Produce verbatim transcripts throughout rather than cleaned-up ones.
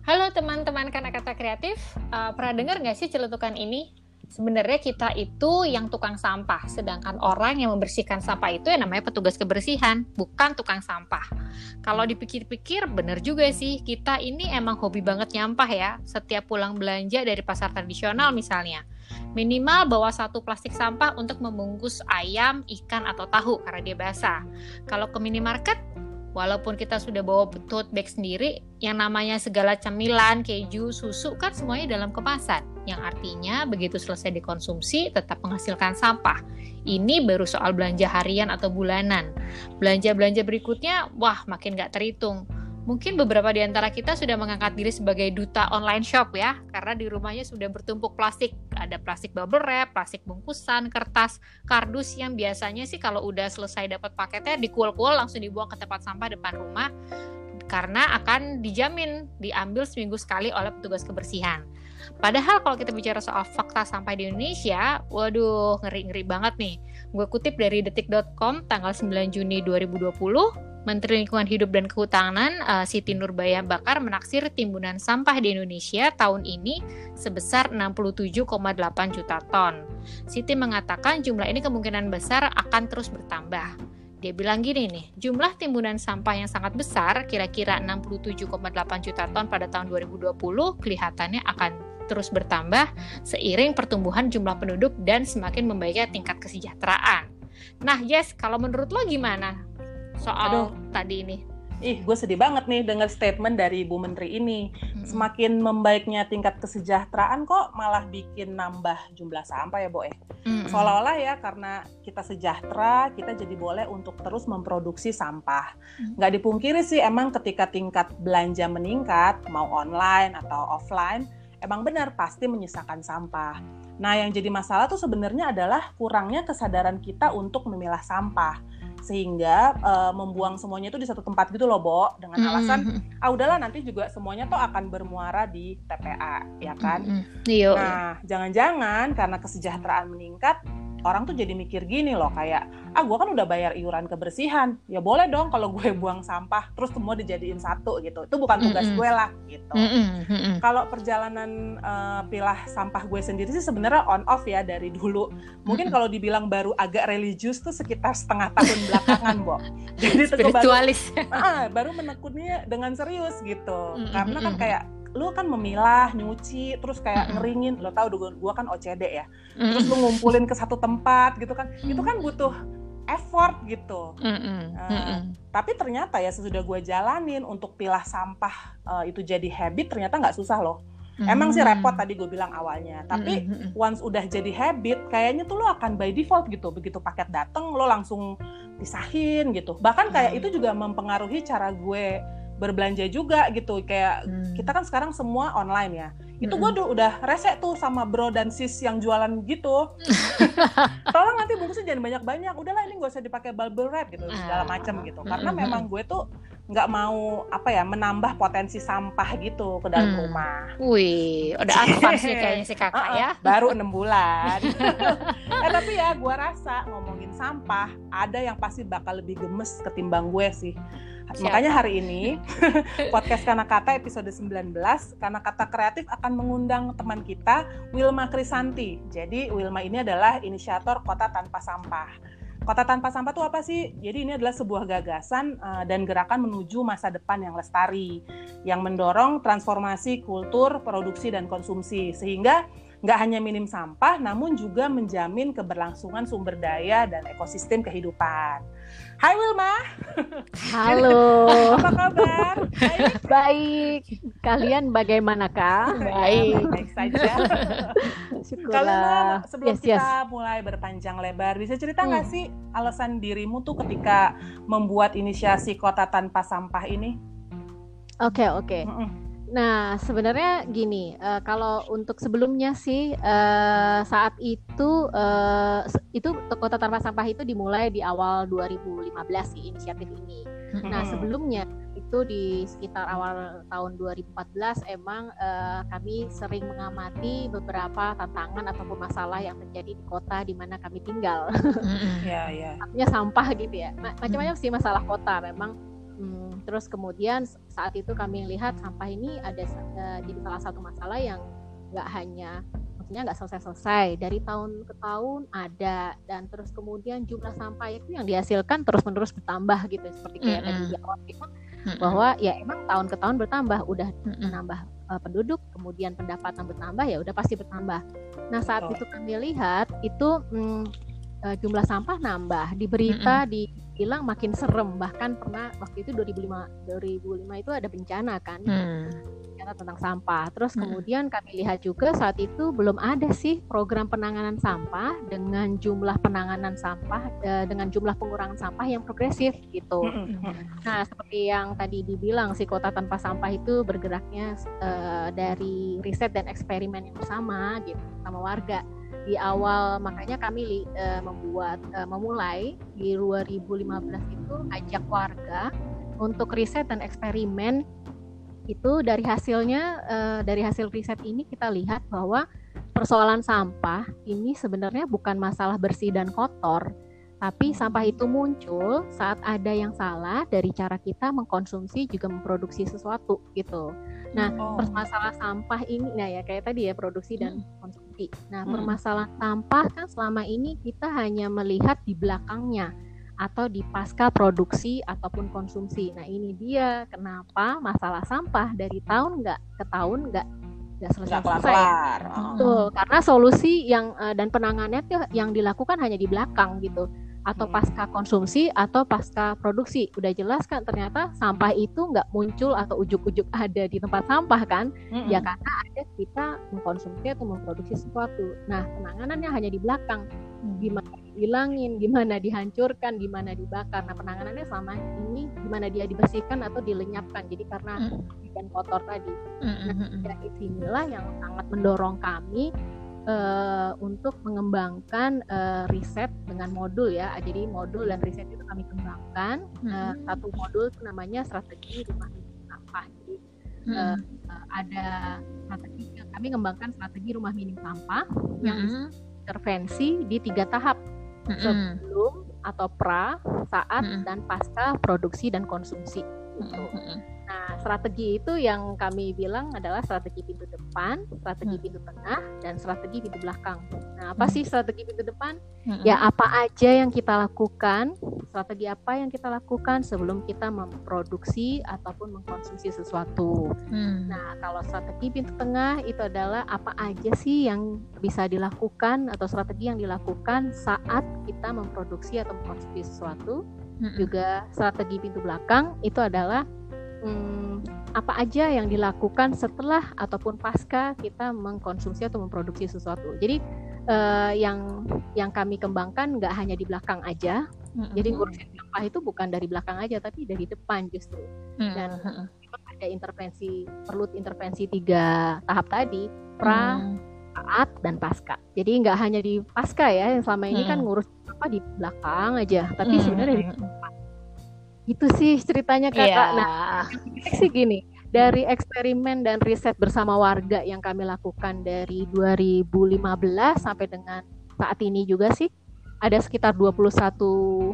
Halo teman-teman Kanakata Kreatif, uh, pernah dengar nggak sih celetukan ini? Sebenarnya kita itu yang tukang sampah, sedangkan orang yang membersihkan sampah itu yang namanya petugas kebersihan, bukan tukang sampah. Kalau dipikir-pikir, bener juga sih, kita ini emang hobi banget nyampah ya, setiap pulang belanja dari pasar tradisional misalnya. Minimal bawa satu plastik sampah untuk membungkus ayam, ikan, atau tahu karena dia basah. Kalau ke minimarket, walaupun kita sudah bawa tote bag sendiri, yang namanya segala camilan, keju, susu kan semuanya dalam kemasan. Yang artinya begitu selesai dikonsumsi tetap menghasilkan sampah. Ini baru soal belanja harian atau bulanan. Belanja-belanja berikutnya, wah makin gak terhitung. Mungkin beberapa di antara kita sudah mengangkat diri sebagai duta online shop ya, karena di rumahnya sudah bertumpuk plastik. Ada plastik bubble wrap, plastik bungkusan, kertas, kardus yang biasanya sih kalau udah selesai dapat paketnya dikuel-kuel langsung dibuang ke tempat sampah depan rumah, karena akan dijamin diambil seminggu sekali oleh petugas kebersihan. Padahal kalau kita bicara soal fakta sampah di Indonesia, waduh ngeri-ngeri banget nih. Gue kutip dari detik dot com tanggal sembilan Juni dua ribu dua puluh, Menteri Lingkungan Hidup dan Kehutanan uh, Siti Nurbaya Bakar menaksir timbunan sampah di Indonesia tahun ini sebesar enam puluh tujuh koma delapan juta ton. Siti mengatakan jumlah ini kemungkinan besar akan terus bertambah. Dia bilang gini nih, jumlah timbunan sampah yang sangat besar, kira-kira enam puluh tujuh koma delapan juta ton pada tahun dua ribu dua puluh, kelihatannya akan terus bertambah seiring pertumbuhan jumlah penduduk dan semakin membaiknya tingkat kesejahteraan. Nah, Jess, kalau menurut lo gimana soal Aduh. tadi ini? Ih, gue sedih banget nih dengar statement dari Bu Menteri ini. Mm-hmm. Semakin membaiknya tingkat kesejahteraan kok malah bikin nambah jumlah sampah ya, Bo? Mm-hmm. Seolah-olah ya karena kita sejahtera, kita jadi boleh untuk terus memproduksi sampah. Mm-hmm. Nggak dipungkiri sih emang ketika tingkat belanja meningkat, mau online atau offline, emang benar pasti menyisakan sampah. Nah, yang jadi masalah tuh sebenarnya adalah kurangnya kesadaran kita untuk memilah sampah. Sehingga uh, membuang semuanya itu di satu tempat gitu loh, Bo, dengan alasan mm-hmm. ah udahlah nanti juga semuanya tuh akan bermuara di T P A, ya kan? Mm-hmm. Nah, jangan-jangan karena kesejahteraan meningkat, orang tuh jadi mikir gini loh, kayak ah gue kan udah bayar iuran kebersihan, ya boleh dong kalau gue buang sampah terus semua dijadiin satu gitu. Itu bukan tugas mm-hmm. gue lah gitu. Mm-hmm. Kalau perjalanan uh, pilah sampah gue sendiri sih sebenarnya on off ya dari dulu. Mungkin mm-hmm. kalau dibilang baru agak religius tuh sekitar setengah tahun belakangan, Bo. Jadi spiritualis. Baru, ah, baru menekunnya dengan serius gitu. Mm-hmm. Karena kan kayak lu kan memilah, nyuci, terus kayak mm-hmm. ngeringin, lo tau gue kan O C D ya, mm-hmm. terus lu ngumpulin ke satu tempat gitu kan, mm-hmm. itu kan butuh effort gitu. Mm-hmm. Uh, mm-hmm. Tapi ternyata ya sesudah gue jalanin untuk pilah sampah uh, itu jadi habit, ternyata nggak susah loh. Mm-hmm. Emang sih repot tadi gue bilang awalnya, tapi mm-hmm. once udah jadi habit, kayaknya tuh lo akan by default gitu, begitu paket dateng lo langsung pisahin gitu. Bahkan kayak mm-hmm. itu juga mempengaruhi cara gue berbelanja juga gitu, kayak hmm. kita kan sekarang semua online ya, itu gue udah, udah rese tuh sama bro dan sis yang jualan gitu. Tolong nanti bungkusnya jangan banyak-banyak, udahlah ini gak usah dipakai bubble wrap gitu, segala macam gitu, karena hmm. memang gue tuh nggak mau apa ya menambah potensi sampah gitu ke dalam hmm. rumah. Wih, udah advance nih kayaknya si kakak uh-uh, ya. Baru enam bulan. eh tapi ya gue rasa ngomongin sampah ada yang pasti bakal lebih gemes ketimbang gue sih. Siapa? Makanya hari ini podcast Kanakata episode sembilan belas, Kanakata Kreatif akan mengundang teman kita Wilma Krisanti. Jadi Wilma ini adalah inisiator Kota Tanpa Sampah. Kota Tanpa Sampah itu apa sih? Jadi ini adalah sebuah gagasan uh, dan gerakan menuju masa depan yang lestari, yang mendorong transformasi kultur, produksi, dan konsumsi, sehingga nggak hanya minim sampah, namun juga menjamin keberlangsungan sumber daya dan ekosistem kehidupan. Hai Wilma. Halo. Apa kabar? Baik. Baik. Kalian bagaimanakah? Baik. Baik saja. Kalau sebelum yes, kita yes. mulai berpanjang lebar, bisa cerita nggak hmm. sih alasan dirimu tuh ketika membuat inisiasi Kota Tanpa Sampah ini? Oke okay, oke. Okay. Nah, sebenarnya gini, uh, kalau untuk sebelumnya sih uh, saat itu uh, itu Kota Tanpa Sampah itu dimulai di awal dua ribu lima belas sih inisiatif ini. Mm-hmm. Nah, sebelumnya itu di sekitar awal tahun dua ribu empat belas emang uh, kami sering mengamati beberapa tantangan ataupun masalah yang terjadi di kota di mana kami tinggal. Iya, iya. Artinya sampah gitu ya. Macam-macam sih masalah kota memang. Hmm, terus kemudian saat itu kami lihat sampah ini ada uh, jadi salah satu masalah yang nggak hanya maksudnya nggak selesai-selesai, dari tahun ke tahun ada, dan terus kemudian jumlah sampah itu yang dihasilkan terus-menerus bertambah gitu, seperti kayak mm-hmm. tadi di awal bilang mm-hmm. bahwa ya emang tahun ke tahun bertambah, udah mm-hmm. menambah uh, penduduk, kemudian pendapatan bertambah, ya udah pasti bertambah. Nah saat oh. itu kami lihat itu hmm, uh, jumlah sampah nambah, di berita mm-hmm. di bilang makin serem, bahkan pernah waktu itu dua ribu lima itu ada bencana kan hmm. bencana tentang sampah. Terus hmm. kemudian kami lihat juga saat itu belum ada sih program penanganan sampah dengan jumlah penanganan sampah eh, dengan jumlah pengurangan sampah yang progresif gitu. Hmm. Nah seperti yang tadi dibilang si Kota Tanpa Sampah itu bergeraknya eh, dari riset dan eksperimen yang bersama gitu sama warga. Di awal makanya kami uh, membuat uh, memulai di dua ribu lima belas itu ajak warga untuk riset dan eksperimen. Itu dari hasilnya uh, dari hasil riset ini kita lihat bahwa persoalan sampah ini sebenarnya bukan masalah bersih dan kotor, tapi sampah itu muncul saat ada yang salah dari cara kita mengkonsumsi juga memproduksi sesuatu gitu. Nah, oh. permasalahan sampah ini, nah ya kayak tadi ya produksi dan konsumsi. Nah, hmm. permasalahan sampah kan selama ini kita hanya melihat di belakangnya atau di pasca produksi ataupun konsumsi. Nah, ini dia kenapa masalah sampah dari tahun nggak ke tahun nggak nggak selesai-selesai. Betul, karena solusi yang uh, dan penanganannya tuh yang dilakukan hanya di belakang gitu. Atau pasca konsumsi atau pasca produksi. Udah jelas kan ternyata sampah itu nggak muncul atau ujuk-ujuk ada di tempat sampah kan, mm-hmm. ya karena ada kita mengkonsumsi atau memproduksi sesuatu. Nah penanganannya hanya di belakang, gimana dihilangin, gimana dihancurkan, gimana dibakar. Nah penanganannya selama ini gimana dia dibersihkan atau dilenyapkan, jadi karena mm-hmm. dan kotor tadi. Nah dari sinilah yang sangat mendorong kami Uh, untuk mengembangkan uh, riset dengan modul ya. Jadi modul dan riset itu kami kembangkan. Mm-hmm. Uh, satu modul itu namanya strategi rumah minim sampah. Jadi mm-hmm. uh, uh, ada strategi, kami mengembangkan strategi rumah minim sampah mm-hmm. yang intervensi di tiga tahap, mm-hmm. sebelum atau pra, saat mm-hmm. dan pasca produksi dan konsumsi. Gitu. Mm-hmm. Nah, strategi itu yang kami bilang adalah strategi pintu depan, strategi pintu tengah, dan strategi pintu belakang. Nah, apa sih strategi pintu depan? Mm-hmm. Ya, apa aja yang kita lakukan, strategi apa yang kita lakukan sebelum kita memproduksi ataupun mengkonsumsi sesuatu. Mm. Nah, kalau strategi pintu tengah itu adalah apa aja sih yang bisa dilakukan atau strategi yang dilakukan saat kita memproduksi atau mengkonsumsi sesuatu. Mm-hmm. Juga strategi pintu belakang itu adalah Hmm, apa aja yang dilakukan setelah ataupun pasca kita mengkonsumsi atau memproduksi sesuatu. Jadi uh, yang yang kami kembangkan nggak hanya di belakang aja. Mm-hmm. Jadi ngurusin sampah itu bukan dari belakang aja, tapi dari depan justru. Mm-hmm. Dan ada intervensi, perlu intervensi tiga tahap tadi, pra, mm-hmm. saat, dan pasca. Jadi nggak hanya di pasca ya, yang selama ini mm-hmm. kan ngurus apa di belakang aja, tapi mm-hmm. sebenarnya di depan. Itu sih ceritanya kakak. Yeah. Nah, sih gini, dari eksperimen dan riset bersama warga yang kami lakukan dari dua ribu lima belas sampai dengan saat ini juga sih, ada sekitar dua puluh satu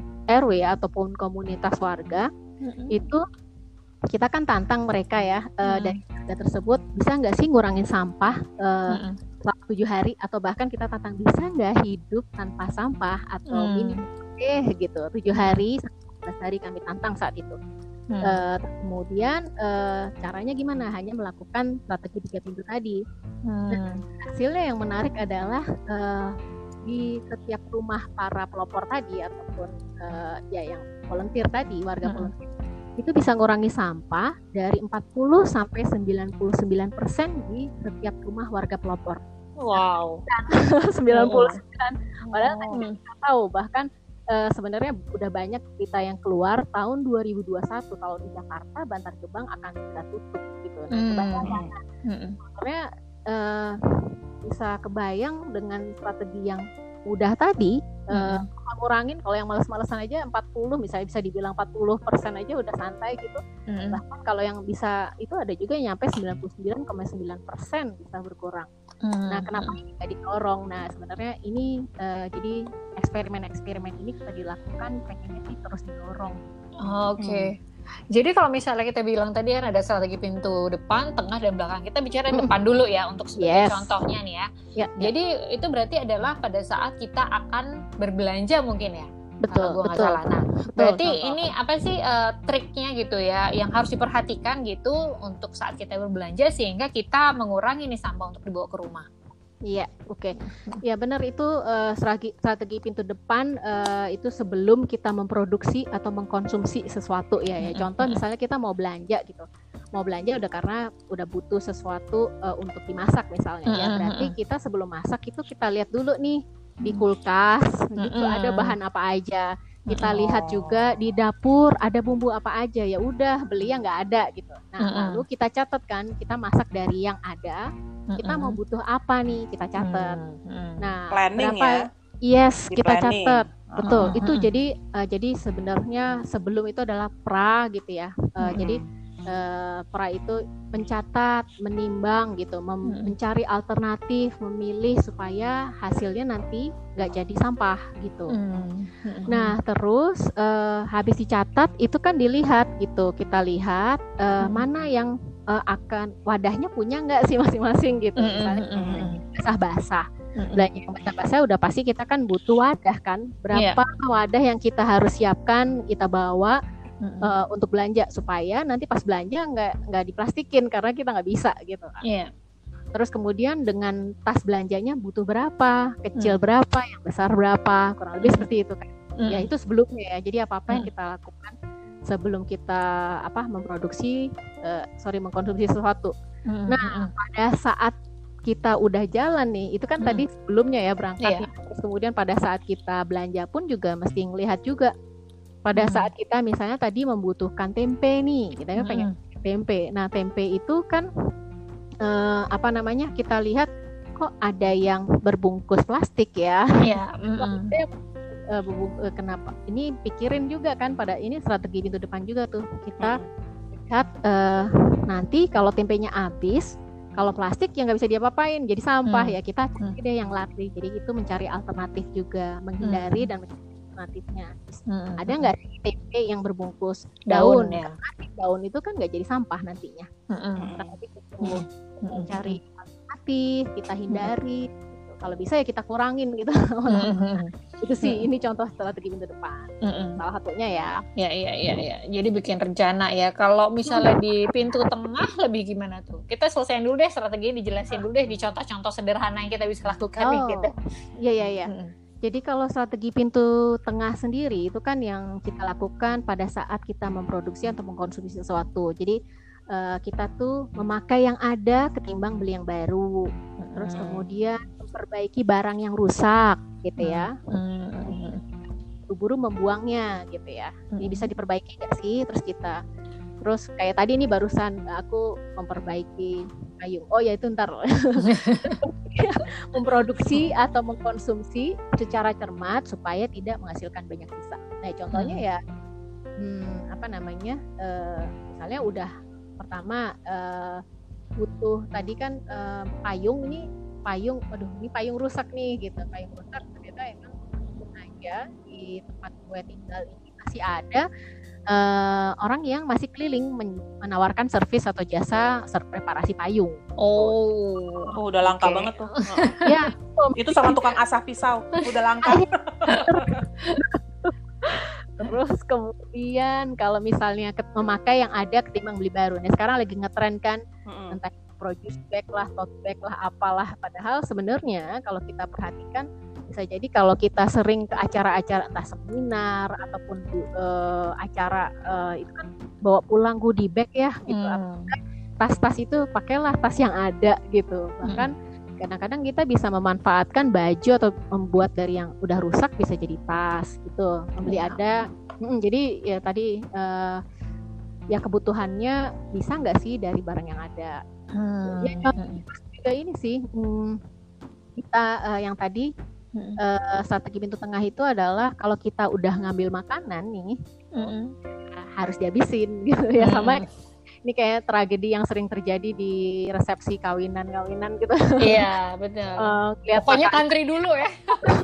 R W ataupun komunitas warga. Mm-hmm. Itu kita kan tantang mereka ya, mm-hmm. uh, dari warga tersebut bisa nggak sih ngurangin sampah uh, mm-hmm. selama tujuh hari, atau bahkan kita tantang bisa nggak hidup tanpa sampah atau mm. minimum eh gitu tujuh hari. sebelas hari kami tantang saat itu. Hmm. Uh, kemudian uh, caranya gimana? Hanya melakukan strategi tiga pintu tadi. Hmm. Nah, hasilnya yang menarik adalah uh, di setiap rumah para pelopor tadi ataupun uh, ya yang volunteer tadi, warga hmm. volunteer, itu bisa ngurangi sampah dari empat puluh sampai sembilan puluh sembilan persen di setiap rumah warga pelopor. Wow. sembilan puluh sembilan. Padahal oh. tadi kita tahu bahkan Uh, sebenarnya udah banyak berita yang keluar tahun dua ribu dua puluh satu kalau di Jakarta Bantar Gebang akan segera tutup gitu. Nah, mm. kebayang mm. sebenarnya uh, bisa kebayang dengan strategi yang mudah tadi, uh, mm. ngurangin kalau yang malas-malasan aja empat puluh, misalnya bisa dibilang empat puluh persen aja udah santai gitu. Mm. Bahkan kalau yang bisa itu ada juga yang nyampe sembilan puluh sembilan koma sembilan persen bisa berkurang. Hmm. Nah, kenapa ini nggak didorong? Nah, sebenarnya ini uh, jadi eksperimen-eksperimen ini kita dilakukan pengennya sih terus didorong. Oh, Oke. Okay. Jadi kalau misalnya kita bilang tadi kan ada strategi pintu depan, tengah, dan belakang. Kita bicara mm. depan dulu ya untuk sebagai yes. contohnya nih ya. Ya. Jadi ya. itu berarti adalah pada saat kita akan berbelanja mungkin ya. Betul, kalau gue betul. Nah, betul, berarti betul. Ini apa sih uh, triknya gitu ya, yang harus diperhatikan gitu untuk saat kita berbelanja sehingga kita mengurangi nih sampah untuk dibawa ke rumah. Iya, oke. Okay. Ya benar itu uh, strategi, strategi pintu depan uh, itu sebelum kita memproduksi atau mengkonsumsi sesuatu ya. Ya contoh misalnya kita mau belanja gitu, mau belanja udah karena udah butuh sesuatu uh, untuk dimasak misalnya. Ya berarti kita sebelum masak itu kita lihat dulu nih di kulkas gitu ada bahan apa aja. Kita lihat juga di dapur ada bumbu apa aja, ya udah beli yang nggak ada gitu. Nah mm-hmm. lalu kita catat kan, kita masak dari yang ada, kita mm-hmm. mau butuh apa nih kita catat. Mm-hmm. Nah planning berapa, ya? Yes di kita planning. catat, betul. Mm-hmm. Itu jadi uh, jadi sebenarnya sebelum itu adalah pra gitu ya. Uh, mm-hmm. Jadi Uh, pra itu mencatat, menimbang gitu, mem- hmm. mencari alternatif, memilih supaya hasilnya nanti nggak jadi sampah gitu. Hmm. Hmm. Nah terus uh, habis dicatat itu kan dilihat gitu, kita lihat uh, hmm. mana yang uh, akan wadahnya punya nggak sih masing-masing gitu. Hmm. Misalnya hmm. basah-basah. Hmm. Belanja yang basah-basah udah pasti kita kan butuh wadah kan. Berapa yeah. wadah yang kita harus siapkan, kita bawa Mm-hmm. Uh, untuk belanja supaya nanti pas belanja nggak nggak diplastikin karena kita nggak bisa gitu kan. Yeah. Terus kemudian dengan tas belanjanya butuh berapa, kecil mm. berapa, yang besar berapa, kurang lebih mm. seperti itu kan. Mm. Ya itu sebelumnya ya. Jadi apa apa mm. yang kita lakukan sebelum kita apa memproduksi, uh, sorry mengkonsumsi sesuatu. Mm. Nah pada saat kita udah jalan nih, itu kan mm. tadi sebelumnya ya berangkatnya. Yeah. Terus kemudian pada saat kita belanja pun juga mesti ngelihat juga. Pada hmm. saat kita misalnya tadi membutuhkan tempe nih, kita kan hmm. pengen tempe. Nah tempe itu kan eh, apa namanya kita lihat kok ada yang berbungkus plastik ya. Iya. Hmm. eh, eh, kenapa? Ini pikirin juga kan pada ini strategi pintu depan juga tuh kita hmm. lihat eh, nanti kalau tempenya habis, kalau plastik ya nggak bisa diapa-apain, jadi sampah hmm. ya kita cari hmm. deh yang lari. Jadi itu mencari alternatif juga, menghindari hmm. dan mencari alternatifnya. Hmm. Ada nggak tempe yang berbungkus daun? Daun, ya. Daun itu kan nggak jadi sampah nantinya. Hmm. Tapi kita hmm. cari alternatif, kita hindari. Hmm. Gitu. Kalau bisa ya kita kurangin gitu. Hmm. Itu sih hmm. ini contoh strategi pintu depan. Hmm. Salah satunya ya. Ya iya iya iya. Jadi bikin rencana ya. Kalau misalnya di pintu tengah lebih gimana tuh? Kita selesaiin dulu deh strateginya, dijelasin dulu deh di contoh-contoh sederhana yang kita bisa lakukan oh. nih gitu. Iya iya iya. Hmm. Jadi kalau strategi pintu tengah sendiri itu kan yang kita lakukan pada saat kita memproduksi atau mengkonsumsi sesuatu. Jadi uh, kita tuh memakai yang ada ketimbang beli yang baru. Hmm. Terus kemudian memperbaiki barang yang rusak gitu ya. Hmm. Buru-buru membuangnya gitu ya. Ini bisa diperbaiki nggak sih? Terus kita terus kayak tadi nih barusan aku memperbaiki payung. Oh ya itu ntar memproduksi atau mengkonsumsi secara cermat supaya tidak menghasilkan banyak sisa. Nah contohnya hmm. ya hmm, apa namanya uh, misalnya udah pertama uh, butuh tadi kan uh, payung ini payung, aduh ini payung rusak nih gitu, payung rusak ternyata emang aja di tempat gue tinggal ini masih ada Uh, orang yang masih keliling men- menawarkan servis atau jasa reparasi payung. Oh, oh udah langka okay. banget tuh. Ya, itu sama tukang asah pisau, udah langka. Terus kemudian kalau misalnya memakai yang ada ketimbang beli baru. Nah sekarang lagi ngetren kan, mm-hmm. entah produce bag lah, tote bag lah, apalah. Padahal sebenarnya kalau kita perhatikan bisa jadi kalau kita sering ke acara-acara entah seminar ataupun uh, acara uh, itu kan bawa pulang goodie bag ya gitu. Hmm. Tas-tas itu pakailah tas yang ada gitu. Bahkan hmm. kadang-kadang kita bisa memanfaatkan baju atau membuat dari yang udah rusak bisa jadi tas gitu. Membeli ya. ada. Hmm, jadi ya tadi uh, ya kebutuhannya bisa nggak sih dari barang yang ada. Hmm. Ya juga ini sih hmm, kita uh, yang tadi Hmm. Uh, strategi pintu tengah itu adalah kalau kita udah ngambil makanan nih hmm. uh, harus dihabisin gitu ya hmm. sama ini kayak tragedi yang sering terjadi di resepsi kawinan-kawinan gitu. Iya betul. Uh, Pokoknya country dulu ya.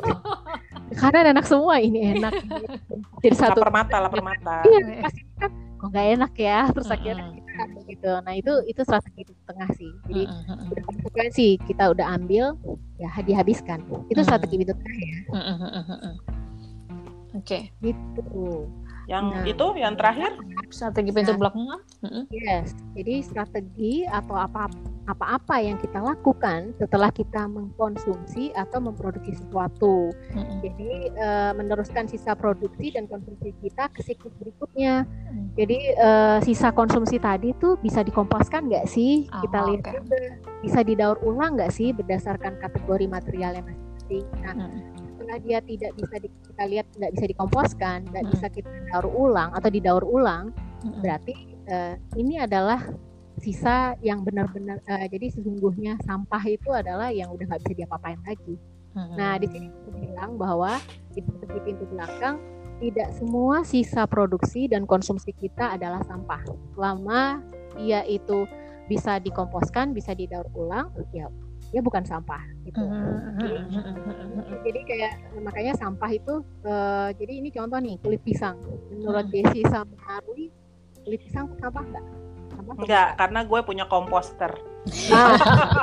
Karena anak semua ini enak. Jadi satu lapar mata, lapar mata. Iya, pasti kan kok nggak enak ya, terus uh-uh. akhirnya kita gitu. Nah itu itu strategi di tengah sih. Jadi uh-uh. udah konsekuensi kita udah ambil ya dihabiskan. Itu uh-uh. strategi di tengah ya. Uh-uh. Oke. Okay. Gitu. Yang nah, itu yang terakhir strategi pintu nah, belakang. Uh-uh. Yes. Jadi strategi atau apa apa-apa yang kita lakukan setelah kita mengkonsumsi atau memproduksi sesuatu. Mm-hmm. Jadi uh, meneruskan sisa produksi dan konsumsi kita ke siklus berikutnya. Mm-hmm. Jadi uh, sisa konsumsi tadi tuh bisa dikomposkan nggak sih? Oh, kita lihat okay. juga bisa didaur ulang nggak sih berdasarkan kategori materialnya masing-masing. Nah, mm-hmm. setelah dia tidak bisa di, kita lihat nggak bisa dikomposkan, nggak mm-hmm. bisa kita daur ulang atau didaur ulang, mm-hmm. berarti uh, ini adalah sisa yang benar-benar uh, jadi sesungguhnya sampah itu adalah yang udah nggak bisa diapa-apain lagi. Hmm. Nah di sini aku bilang bahwa di pintu belakang tidak semua sisa produksi dan konsumsi kita adalah sampah. Selama dia itu bisa dikomposkan, bisa didaur ulang, ya dia bukan sampah gitu. Hmm. Jadi, hmm. jadi kayak makanya sampah itu uh, jadi ini contoh nih kulit pisang. Menurut hmm. Desi sama Rui, kulit pisang sampah nggak? Enggak, karena gue punya komposter. Ah.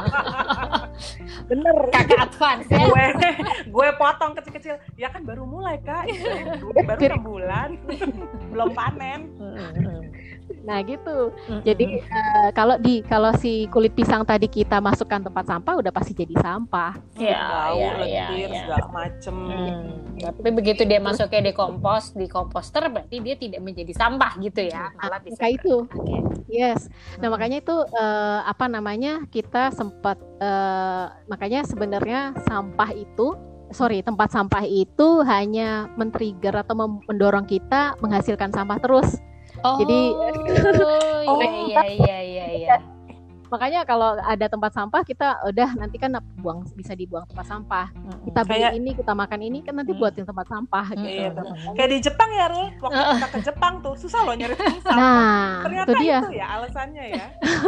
Bener. Kakak advance ya. gue gue potong kecil-kecil. Ya kan baru mulai kak, baru enam bulan, belum panen. Nah gitu. Jadi uh, kalau di kalau si kulit pisang tadi kita masukkan tempat sampah, udah pasti jadi sampah. Iya, Bau, iya, lendir, iya. segala macem. Hmm. Tapi begitu dia masuknya di kompos, di komposter, berarti dia tidak menjadi sampah gitu ya. Malah bisa. Kayak itu. Okay. Yes. Nah makanya itu uh, apa namanya kita sempat uh, makanya sebenarnya sampah itu sorry tempat sampah itu hanya men-trigger atau mendorong kita menghasilkan sampah terus. Oh, jadi oh iya iya iya iya. Makanya kalau ada tempat sampah kita udah nanti kan buang bisa dibuang tempat sampah. Mm-hmm. Kita beli kayak, ini, kita makan ini kan nanti mm-hmm. buatin tempat sampah gitu. Iya, kayak di Jepang ya, Rul. Waktu uh. kita ke Jepang tuh susah loh nyari tempat sampah. Nah, ternyata itu dia. Itu ya alasannya ya.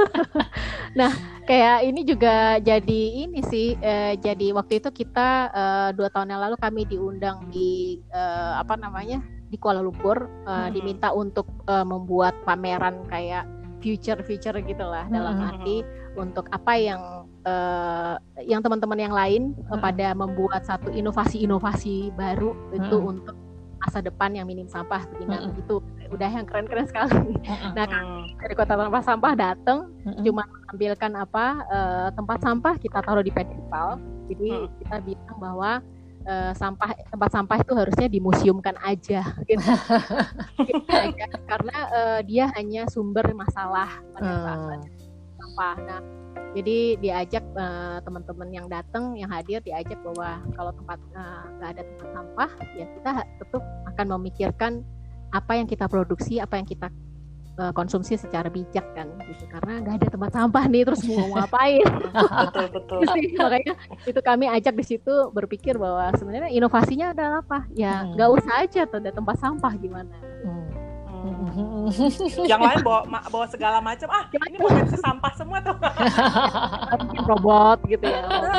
Nah, kayak ini juga jadi ini sih eh, jadi waktu itu kita eh, dua tahun yang lalu kami diundang di eh, apa namanya? Di Kuala Lumpur uh, hmm. diminta untuk uh, membuat pameran kayak future-future gitulah hmm. dalam arti untuk apa yang uh, yang teman-teman yang lain hmm. pada membuat satu inovasi-inovasi baru hmm. itu untuk masa depan yang minim sampah begini hmm. itu udah yang keren-keren sekali. Hmm. Nah kami dari Kota Tanpa Sampah datang hmm. cuma mengambilkan apa uh, tempat sampah kita taruh di pedestal. Jadi hmm. kita bilang bahwa Uh, sampah tempat sampah itu harusnya dimuseumkan aja gitu. Gitu aja. Karena uh, dia hanya sumber masalah pada saat hmm. sampah. Nah, jadi diajak uh, teman-teman yang datang, yang hadir diajak bahwa kalau tempat nggak uh, ada tempat sampah, ya kita tetap akan memikirkan apa yang kita produksi, apa yang kita uh, konsumsi secara bijak kan, gitu. Karena nggak ada tempat sampah nih, terus mau ngapain? Betul betul. Makanya itu kami ajak di situ berpikir bahwa sebenarnya inovasinya adalah apa? Ya nggak hmm. usah aja tuh ada tempat sampah gimana? Hmm. Hmm. Yang lain bawa bawa segala macam. Ah, ini potensi sampah semua tuh. Robot gitu ya.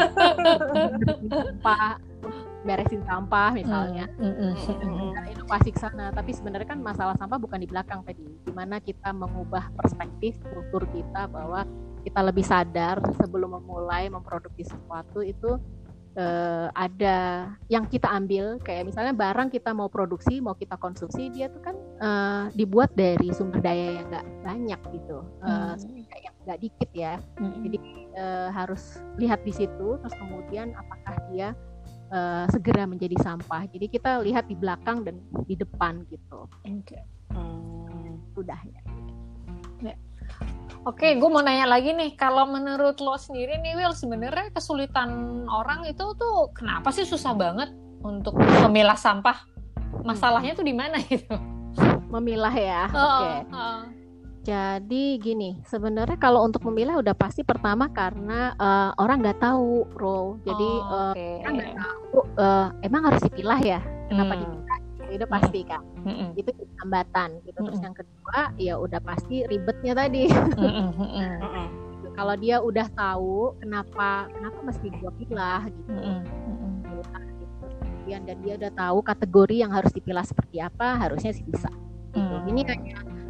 Sampah, beresin sampah misalnya. Mm, mm, mm, mm. Inovasi ke sana, tapi sebenarnya kan masalah sampah bukan di belakang tadi. Gimana kita mengubah perspektif kultur kita bahwa kita lebih sadar sebelum memulai memproduksi sesuatu itu eh, ada yang kita ambil, kayak misalnya barang kita mau produksi, mau kita konsumsi, dia tuh kan eh, dibuat dari sumber daya yang nggak banyak gitu, eh, mm. yang nggak dikit ya. Mm. Jadi eh, harus lihat di situ, terus kemudian apakah dia Uh, segera menjadi sampah. Jadi kita lihat di belakang dan di depan gitu. Oke. Okay. Hmm. Udah ya. ya. Oke, okay, gue mau nanya lagi nih. Kalau menurut lo sendiri nih, Will, sebenarnya kesulitan orang itu tuh kenapa sih susah banget untuk memilah sampah? Masalahnya tuh di mana gitu? Memilah ya. Oh, Oke. Okay. Oh. Jadi gini, sebenarnya kalau untuk memilah udah pasti pertama karena uh, orang nggak tahu, Ro. Jadi oh, okay. uh, orang nggak tahu uh, emang harus dipilah ya. Kenapa hmm. dipilah? Itu pasti kan. Hmm. Itu hambatan. Gitu. Terus hmm. yang kedua, ya udah pasti ribetnya tadi. Hmm. Kalau dia udah tahu kenapa kenapa mesti gua pilah gitu. Hmm. Kemudian dan dia udah tahu kategori yang harus dipilah seperti apa, harusnya sih bisa. Gitu. Hmm. Ini hanya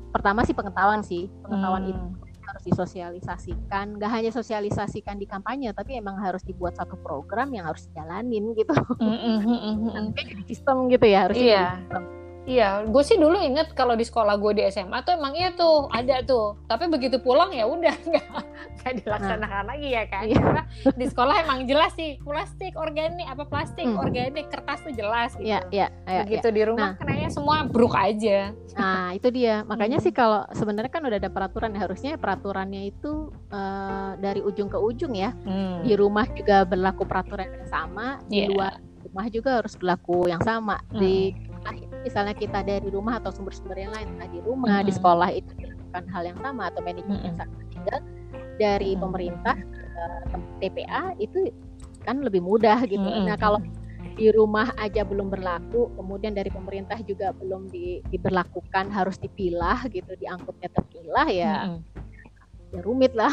pertama sih pengetahuan sih, pengetahuan Hmm. itu harus disosialisasikan. Gak hanya sosialisasikan di kampanye, tapi emang harus dibuat satu program yang harus dijalanin gitu. Mm, mm, mm, mm, mm. Nanti jadi sistem gitu ya, harusnya Iya. jadi sistem. Iya, gue sih dulu inget kalau di sekolah gue di S M A tuh emang iya tuh ada tuh, tapi begitu pulang ya udah nggak nggak dilaksanakan lagi ya kan? Iya. Karena di sekolah emang jelas sih plastik organik apa plastik Hmm. organik kertas tuh jelas gitu. Iya, iya, iya, Begitu iya. di rumah Nah. kayaknya semua bruk aja. Nah, itu dia. Makanya Hmm. sih kalau sebenarnya kan udah ada peraturan, harusnya peraturannya itu eh, dari ujung ke ujung ya. Hmm. Di rumah juga berlaku peraturan yang sama, di Iya. luar rumah juga harus berlaku yang sama. Di nah, misalnya kita dari rumah atau sumber-sumber yang lain, entah di rumah, Mm-mm. di sekolah itu dilakukan hal yang sama atau manajemen yang sama. Tinggal dari Mm-mm. pemerintah eh, T P A itu kan lebih mudah gitu. Mm-mm. Nah, kalau di rumah aja belum berlaku, kemudian dari pemerintah juga belum di, diberlakukan, harus dipilah gitu, diangkutnya terpilah ya, Mm-mm. ya rumit lah.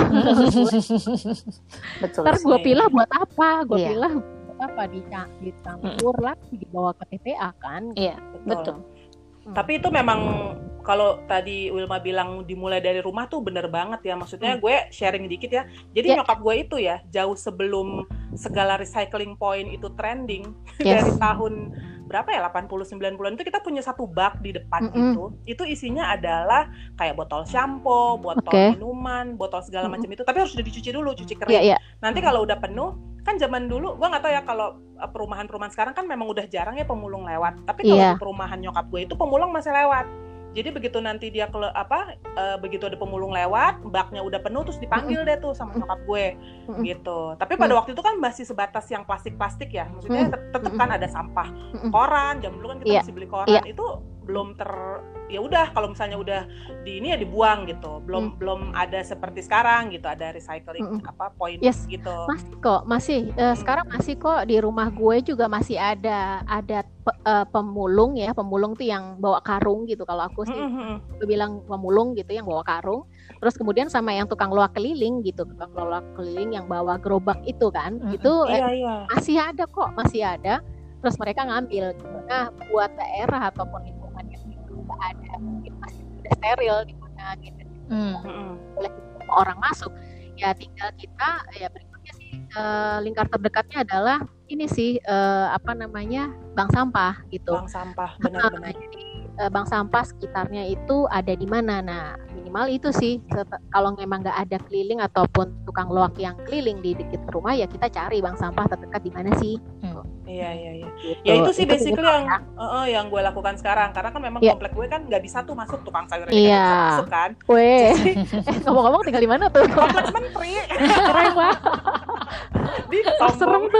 Betul. Ntar gue sih. pilah buat apa? Gue Iya. pilah buat apa? Dica- dicampur lagi, dibawa ke T P A kan? Iya, betul. Hmm. Tapi itu memang kalau tadi Wilma bilang dimulai dari rumah tuh bener banget ya. Maksudnya Hmm. gue sharing dikit ya. Jadi Ya. nyokap gue itu ya jauh sebelum segala recycling point itu trending Yes. dari tahun berapa ya delapan puluh sembilan puluhan itu kita punya satu bak di depan Mm-mm. gitu. Itu isinya adalah kayak botol shampoo, botol Oke. minuman, botol segala Mm-mm. macam itu. Tapi harus udah dicuci dulu, cuci kering. Iya, iya. Nanti kalau udah penuh, kan zaman dulu, gue nggak tahu ya kalau uh, perumahan-perumahan sekarang kan memang udah jarang ya pemulung lewat. Tapi kalau Iya. di perumahan nyokap gue itu pemulung masih lewat. Jadi begitu nanti dia ke apa, uh, begitu ada pemulung lewat, baknya udah penuh terus dipanggil deh tuh sama nyokap gue, Mm-mm. gitu. Tapi pada waktu itu kan masih sebatas yang plastik-plastik ya. Maksudnya tet- tetep kan ada sampah Mm-mm. koran. Zaman dulu kan kita Iya. masih beli koran. Iya. Itu belum ter ya udah kalau misalnya udah di ini ya dibuang gitu. Belum Mm. belum ada seperti sekarang gitu, ada recycling Mm-mm. apa point Yes. gitu. Masih kok, masih. Eh, sekarang masih kok di rumah gue juga masih ada ada pe- eh, pemulung ya, pemulung tuh yang bawa karung gitu. Kalau aku sih Mm-mm. gue bilang pemulung gitu yang bawa karung. Terus kemudian sama yang tukang loak keliling gitu, tukang loak keliling yang bawa gerobak itu kan, Mm-mm. itu eh, Iya iya. masih ada kok, masih ada. Terus mereka ngambil gitu. Nah, buat daerah ataupun lingkungan yang nggak ada, mungkin masih udah steril di mana gitu, Hmm. Mm-mm. boleh semua orang masuk. Ya tinggal kita ya berikutnya sih eh, lingkar terdekatnya adalah ini sih eh, apa namanya bank sampah gitu. Bank sampah Nah, benar-benar. jadi eh, bank sampah sekitarnya itu ada di mana? Nah minimal itu sih. Set- kalau memang nggak ada keliling ataupun tukang loak yang keliling di dekat rumah ya kita cari bank sampah terdekat di mana sih? Iya iya iya. Gitu. Ya itu sih basically minimal yang ya. eh, eh, yang gue lakukan sekarang karena kan memang Iya. komplek gue kan nggak bisa tuh masuk tukang sayur Iya. masuk kan. Weh, Jadi eh, ngomong-ngomong tinggal di mana tuh? kompleks menteri Keren banget. di Serem Tombong. tuh.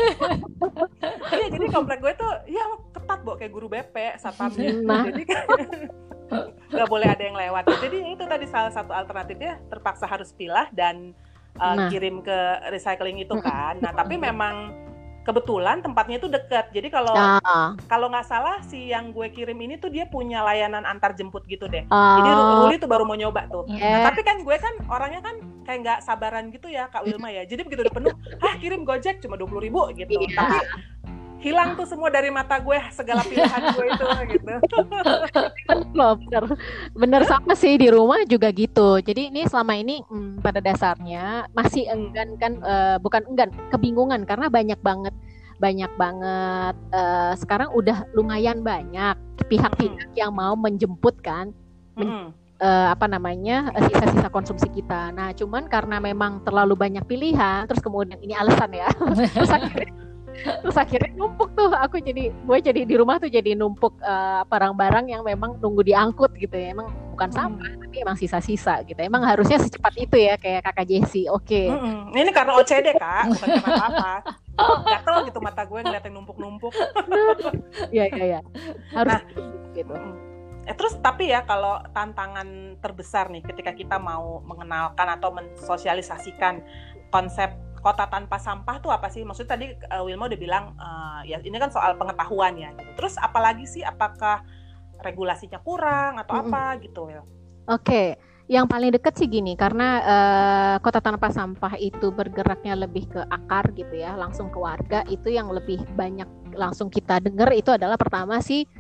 Iya jadi komplek gue tuh ya ketat Bo kayak guru B P satpamnya. Nah. Jadi kan nggak boleh ada yang lewat. Jadi itu tadi salah satu alternatifnya terpaksa harus pilah dan uh, Nah. kirim ke recycling itu kan. Nah tapi memang kebetulan tempatnya itu dekat. Jadi kalau Nah, kalau nggak salah si yang gue kirim ini tuh dia punya layanan antar jemput gitu deh. oh, Jadi Ru- Ruli tuh baru mau nyoba tuh. Hmm. eh, Tapi kan gue kan orangnya kan kayak nggak sabaran gitu ya Kak Wilma ya. Jadi begitu udah penuh, ah kirim Gojek cuma dua puluh ribu gitu. Iya. Tapi hilang tuh semua dari mata gue segala pilihan gue itu gitu. bener loh, bener, bener sama sih di rumah juga gitu. Jadi ini selama ini hmm, pada dasarnya masih enggan kan, eh, bukan enggan, kebingungan karena banyak banget, banyak banget. eh, sekarang udah lumayan banyak pihak-pihak yang mau menjemput kan, Mm-mm. eh, apa namanya eh, sisa-sisa konsumsi kita. Nah, cuman karena memang terlalu banyak pilihan, terus kemudian ini alasan ya, terus akhirnya terus akhirnya numpuk tuh aku jadi gue jadi di rumah tuh jadi numpuk eh, barang-barang yang memang nunggu diangkut gitu ya, emang bukan sampah tapi emang sisa-sisa gitu, emang harusnya secepat itu ya kayak kakak Jessie. Oke. Mm-mm. Ini karena O C D Kak, bukan karena apa. Gatel gitu mata gue ngeliatin numpuk-numpuk. Iya iya iya, harus Nah. gitu. Eh, terus tapi ya kalau tantangan terbesar nih ketika kita mau mengenalkan atau mensosialisasikan konsep kota tanpa sampah tuh apa sih? Maksudnya tadi uh, Wilma udah bilang uh, ya ini kan soal pengetahuan ya gitu. Terus apalagi sih, apakah regulasinya kurang atau Mm-mm. apa gitu Wil? Oke, yang paling deket sih gini, karena eh, kota tanpa sampah itu bergeraknya lebih ke akar gitu ya, langsung ke warga. Itu yang lebih banyak langsung kita dengar itu adalah pertama sih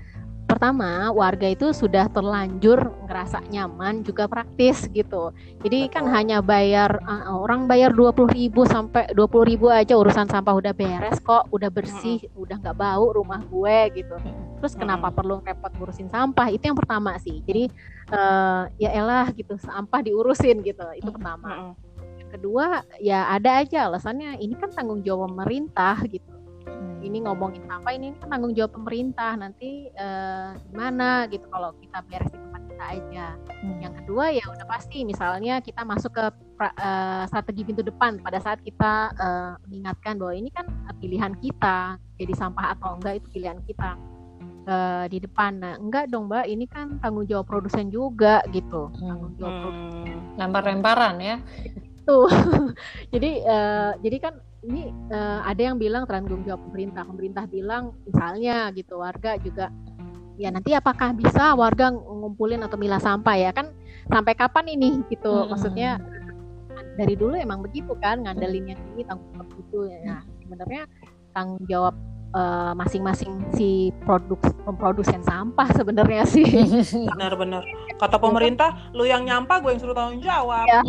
pertama warga itu sudah terlanjur ngerasa nyaman juga praktis gitu. Jadi Betul. kan hanya bayar uh, orang bayar dua puluh ribu sampai dua puluh ribu aja urusan sampah udah beres kok, udah bersih, hmm. udah nggak bau rumah gue gitu. Terus kenapa hmm. perlu repot ngurusin sampah? Itu yang pertama sih. Jadi uh, ya elah gitu, sampah diurusin gitu. Itu pertama. Hmm. Yang kedua ya ada aja alasannya ini kan tanggung jawab pemerintah gitu. Ini ngomongin sampah ini, ini kan tanggung jawab pemerintah, nanti uh, gimana gitu kalau kita beres di tempat kita aja. Hmm. Yang kedua ya udah pasti misalnya kita masuk ke pra, uh, strategi pintu depan pada saat kita uh, mengingatkan bahwa ini kan pilihan kita, jadi sampah atau enggak itu pilihan kita uh, di depan. Nah enggak dong Mbak, ini kan tanggung jawab produsen juga gitu. Hmm. Tanggung jawab hmm. produsen. Lempar-lemparan ya. Tuh. jadi uh, jadi kan ini uh, ada yang bilang tanggung jawab pemerintah. Pemerintah bilang misalnya gitu, warga juga ya nanti apakah bisa warga ngumpulin atau milah sampah ya kan sampai kapan ini gitu. Hmm. Maksudnya dari dulu emang begitu kan, ngandelin yang ini tanggung jawab itu ya. Nah, sebenarnya tanggung jawab uh, masing-masing si produk pemprodusen sampah sebenarnya sih. Benar-benar. Kata pemerintah, lu yang nyampah, gue yang suruh tanggung jawab. Ya.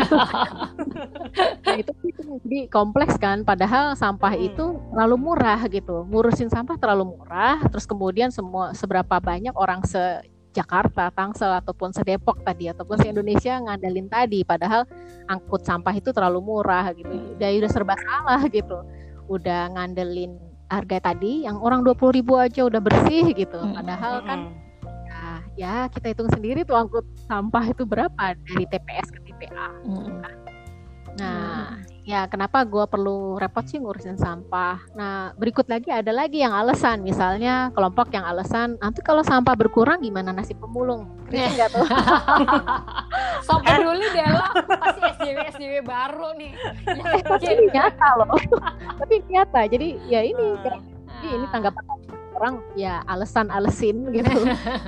Nah, itu, itu jadi kompleks kan. Padahal sampah hmm. itu terlalu murah gitu. Ngurusin sampah terlalu murah. Terus kemudian semua seberapa banyak orang se Jakarta, Tangsel ataupun se-Depok tadi ataupun se-Indonesia ngandalin tadi. Padahal angkut sampah itu terlalu murah gitu. Udah udah serba salah gitu. Udah ngandelin harga tadi yang orang dua puluh ribu aja udah bersih gitu. Padahal kan ya kita hitung sendiri tuh angkut sampah itu berapa dari T P S ke T P A. Mm. Nah, mm. ya kenapa gue perlu repot sih ngurusin sampah? Nah, berikut lagi ada lagi yang alasan, misalnya kelompok yang alasan nanti kalau sampah berkurang gimana nasib pemulung? Kritis nggak tuh? So peduli deh lo, pasti S D W S D W baru nih. Tapi nyata loh, tapi nyata. Jadi ya ini, uh. jadi ini tanggapan orang ya alasan-alesin gitu.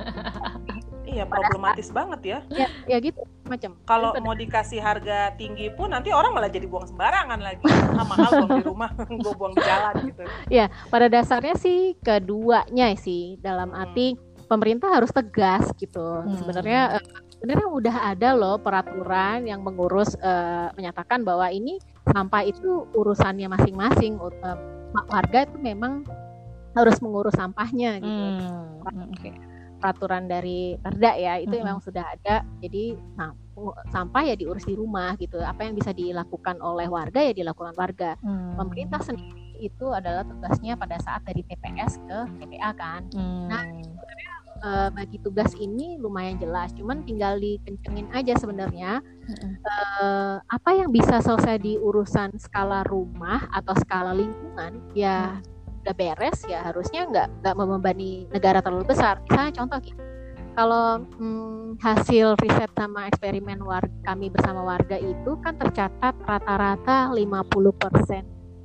Iya, problematis banget ya. Ya, ya gitu macam. Kalau mau dikasih harga tinggi pun nanti orang malah jadi buang sembarangan lagi. Ah, mahal buang di rumah, gue buang di jalan gitu. Ya, pada dasarnya sih keduanya sih dalam arti hmm. pemerintah harus tegas gitu. Hmm. Sebenarnya sebenarnya udah ada loh peraturan yang mengurus uh, menyatakan bahwa ini sampah itu urusannya masing-masing. Uh, warga itu memang harus mengurus sampahnya gitu. Hmm. Okay. Peraturan dari Perda ya itu hmm. memang sudah ada. Jadi nah, sampah ya diurus di rumah gitu. Apa yang bisa dilakukan oleh warga ya dilakukan warga. Hmm. Pemerintah sendiri itu adalah tugasnya pada saat dari T P S ke T P A kan. Hmm. Nah sebenarnya uh, bagi tugas ini lumayan jelas. Cuman tinggal dikencengin aja sebenarnya. Hmm. Uh, apa yang bisa selesai di urusan skala rumah atau skala lingkungan ya. Hmm. Udah beres ya harusnya nggak nggak membebani negara terlalu besar. Misalnya contoh gitu, kalau hmm, hasil riset sama eksperimen warga, kami bersama warga itu kan tercatat rata-rata lima puluh persen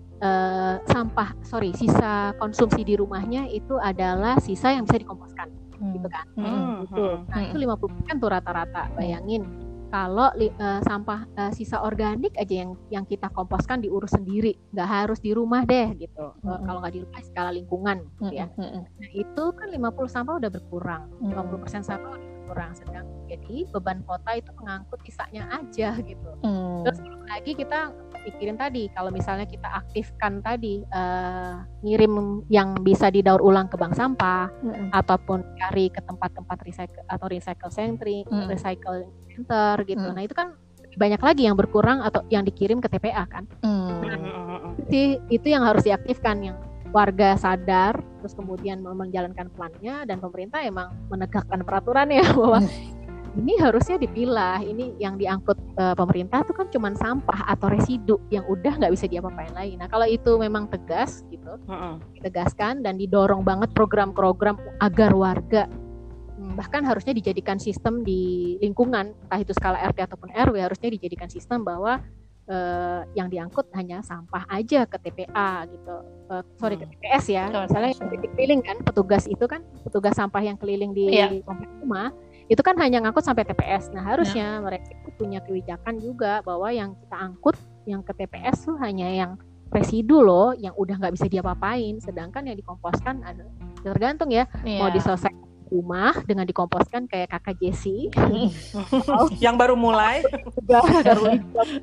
uh, sampah sorry sisa konsumsi di rumahnya itu adalah sisa yang bisa dikomposkan hmm. gitu kan. Hmm. Gitu. Nah itu lima puluh persen tuh rata-rata. Bayangin kalau uh, sampah uh, sisa organik aja yang yang kita komposkan diurus sendiri, nggak harus di rumah deh gitu. Mm-hmm. Uh, kalau nggak di rumah skala lingkungan gitu ya. Mm-hmm. Nah itu kan lima puluh sampah udah berkurang, mm-hmm. lima puluh persen sampah udah berkurang. Sedang jadi beban kota itu mengangkut sisanya aja gitu. Mm-hmm. Terus lagi kita pikirin tadi kalau misalnya kita aktifkan tadi uh, ngirim yang bisa didaur ulang ke bank sampah mm-hmm. ataupun cari ke tempat-tempat recycle atau recycle center, mm-hmm. recycle center gitu. Mm. Nah itu kan banyak lagi yang berkurang atau yang dikirim ke T P A kan. Mm. Nah, itu, itu yang harus diaktifkan, yang warga sadar terus kemudian menjalankan plannya dan pemerintah emang menegakkan peraturannya bahwa mm. ini harusnya dipilah. Ini yang diangkut uh, pemerintah itu kan cuma sampah atau residu yang udah nggak bisa diapa-apain lagi. Nah kalau itu memang tegas gitu, mm-hmm. ditegaskan dan didorong banget program-program agar warga bahkan harusnya dijadikan sistem di lingkungan, entah itu skala R T ataupun R W, harusnya dijadikan sistem bahwa uh, yang diangkut hanya sampah aja ke T P A gitu, uh, sorry hmm. ke T P S ya. Oh, misalnya yang keliling kan, petugas itu kan petugas sampah yang keliling di yeah. kompleks rumah itu kan hanya ngangkut sampai T P S. Nah harusnya yeah. mereka punya kebijakan juga bahwa yang kita angkut yang ke T P S tuh hanya yang residu loh, yang udah nggak bisa diapa-apain, sedangkan yang dikomposkan ada tergantung ya yeah. mau diselesaikan rumah dengan dikomposkan kayak kakak Jessie yang baru mulai baru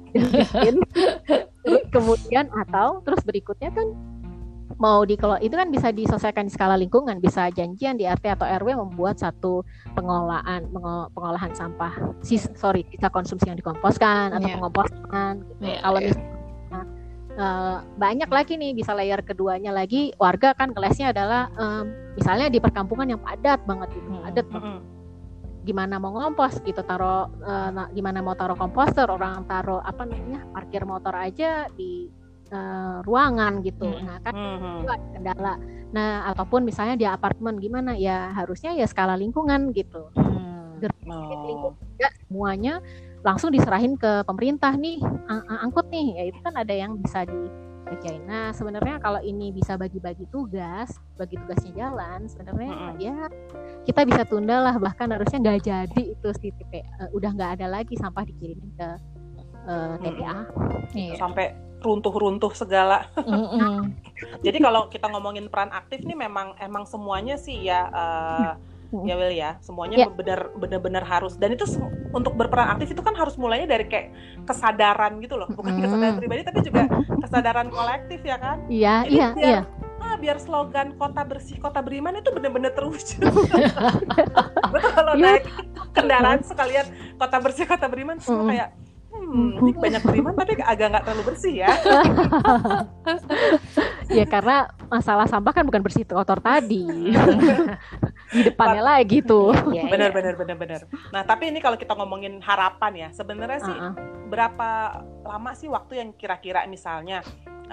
terus kemudian atau terus berikutnya kan mau dikelola itu kan bisa diselesaikan di skala lingkungan, bisa janjian di R T atau R W membuat satu pengolahan pengolahan sampah sis, sorry sisa konsumsi yang dikomposkan atau yeah. pengomposan gitu. Yeah, kalau yeah. misalnya uh, banyak lagi nih bisa layer keduanya lagi warga kan kelesnya adalah um, misalnya di perkampungan yang padat banget gitu mm-hmm. padat banget. Gimana mau ngompos gitu taruh uh, gimana mau taruh komposter orang taruh apa namanya parkir motor aja di Uh, ruangan gitu, hmm. nah kan hmm. itu ada kendala. Nah ataupun misalnya di apartemen gimana ya harusnya ya skala lingkungan gitu. Hmm. Oh. Lingkungan juga semuanya langsung diserahin ke pemerintah nih ang- angkut nih, ya itu kan ada yang bisa dikerjain. Nah sebenarnya kalau ini bisa bagi-bagi tugas, bagi tugasnya jalan, sebenarnya hmm. ya kita bisa tunda lah bahkan harusnya nggak jadi itu sih T P, uh, udah nggak ada lagi sampah dikirimin ke uh, T P A. Hmm. Iya. Sampai runtuh-runtuh segala. Mm-hmm. Jadi kalau kita ngomongin peran aktif nih memang emang semuanya sih ya uh, mm-hmm. ya Will ya, semuanya yeah. benar benar-benar harus dan itu se- untuk berperan aktif itu kan harus mulainya dari kayak kesadaran gitu loh, bukan mm-hmm. kesadaran pribadi tapi juga kesadaran kolektif ya kan? Iya, iya, iya. Ah, biar slogan kota bersih, kota beriman itu benar-benar terwujud. Betul kalau yeah. naik kendaraan sekalian kota bersih, kota beriman semua mm-hmm. kayak Hmm, ini banyak beriman tapi agak nggak terlalu bersih ya. Ya karena masalah sampah kan bukan bersih kotor tadi. Di depannya But, lagi tuh. Benar benar benar benar. Nah tapi ini kalau kita ngomongin harapan ya, sebenarnya sih uh-uh. berapa lama sih waktu yang kira-kira misalnya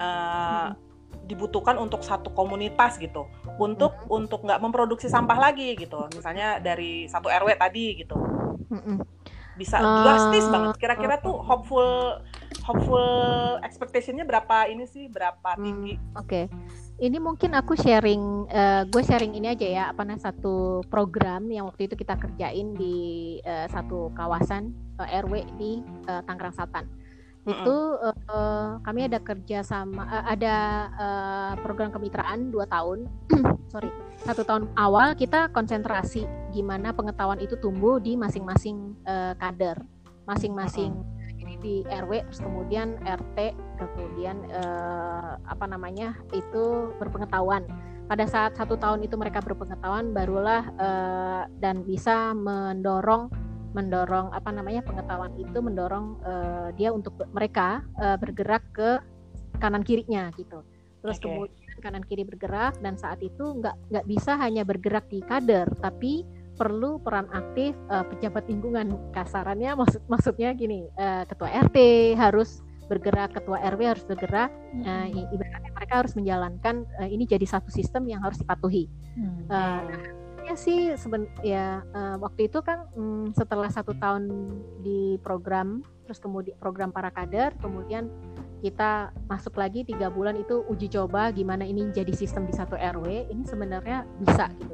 uh, hmm. dibutuhkan untuk satu komunitas gitu, untuk hmm. untuk nggak memproduksi sampah lagi gitu, misalnya dari satu R W tadi gitu. Hmm. Bisa drastis uh, banget. Kira-kira tuh hopeful hopeful expectation-nya berapa ini sih? Berapa tinggi? Hmm, Oke. Okay. Ini mungkin aku sharing uh, gue sharing ini aja ya, apa namanya satu program yang waktu itu kita kerjain di uh, satu kawasan uh, R W di uh, Tangerang Selatan. Mm-hmm. Itu uh, uh, kami ada kerja sama uh, ada uh, program kemitraan dua tahun. Sorry. Satu tahun awal kita konsentrasi gimana pengetahuan itu tumbuh di masing-masing uh, kader, masing-masing jadi di R W, terus kemudian R T, kemudian uh, apa namanya itu berpengetahuan. Pada saat satu tahun itu mereka berpengetahuan, barulah uh, dan bisa mendorong mendorong apa namanya pengetahuan itu mendorong uh, dia untuk mereka uh, bergerak ke kanan kirinya gitu. Terus okay. kemudian kanan kiri bergerak dan saat itu nggak nggak bisa hanya bergerak di kader tapi perlu peran aktif uh, pejabat lingkungan kasarannya maksud maksudnya gini uh, ketua R T harus bergerak, ketua R W harus bergerak, hmm. uh, ibaratnya mereka harus menjalankan uh, ini jadi satu sistem yang harus dipatuhi. Hmm. Uh, ya sih seben ya uh, waktu itu kan um, setelah satu tahun di program terus kemudian program para kader kemudian kita masuk lagi tiga bulan itu uji coba gimana ini jadi sistem di satu R W ini sebenarnya bisa gitu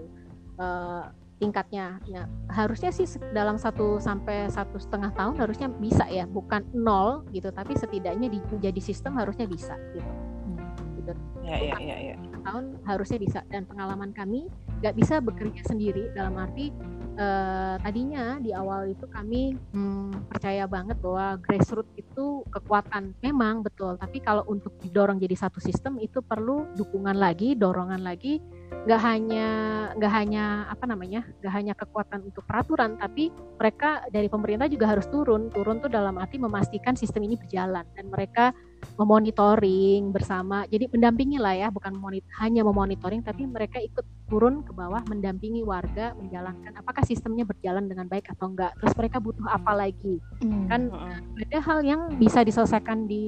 uh, tingkatnya ya, harusnya sih dalam satu sampai satu setengah tahun harusnya bisa ya bukan nol gitu tapi setidaknya di, jadi sistem harusnya bisa gitu, hmm, gitu. Ya, ya, ya, ya. Tahun harusnya bisa dan pengalaman kami nggak bisa bekerja sendiri dalam arti Uh, tadinya di awal itu kami hmm, percaya banget bahwa grassroots itu kekuatan memang betul tapi kalau untuk didorong jadi satu sistem itu perlu dukungan lagi dorongan lagi nggak hanya nggak hanya apa namanya nggak hanya kekuatan untuk peraturan tapi mereka dari pemerintah juga harus turun turun tuh dalam arti memastikan sistem ini berjalan dan mereka memonitoring bersama jadi mendampingi lah ya bukan monit- hanya memonitoring tapi mereka ikut turun ke bawah mendampingi warga menjalankan apakah sistemnya berjalan dengan baik atau enggak terus mereka butuh apa lagi hmm. kan ada hal yang bisa diselesaikan di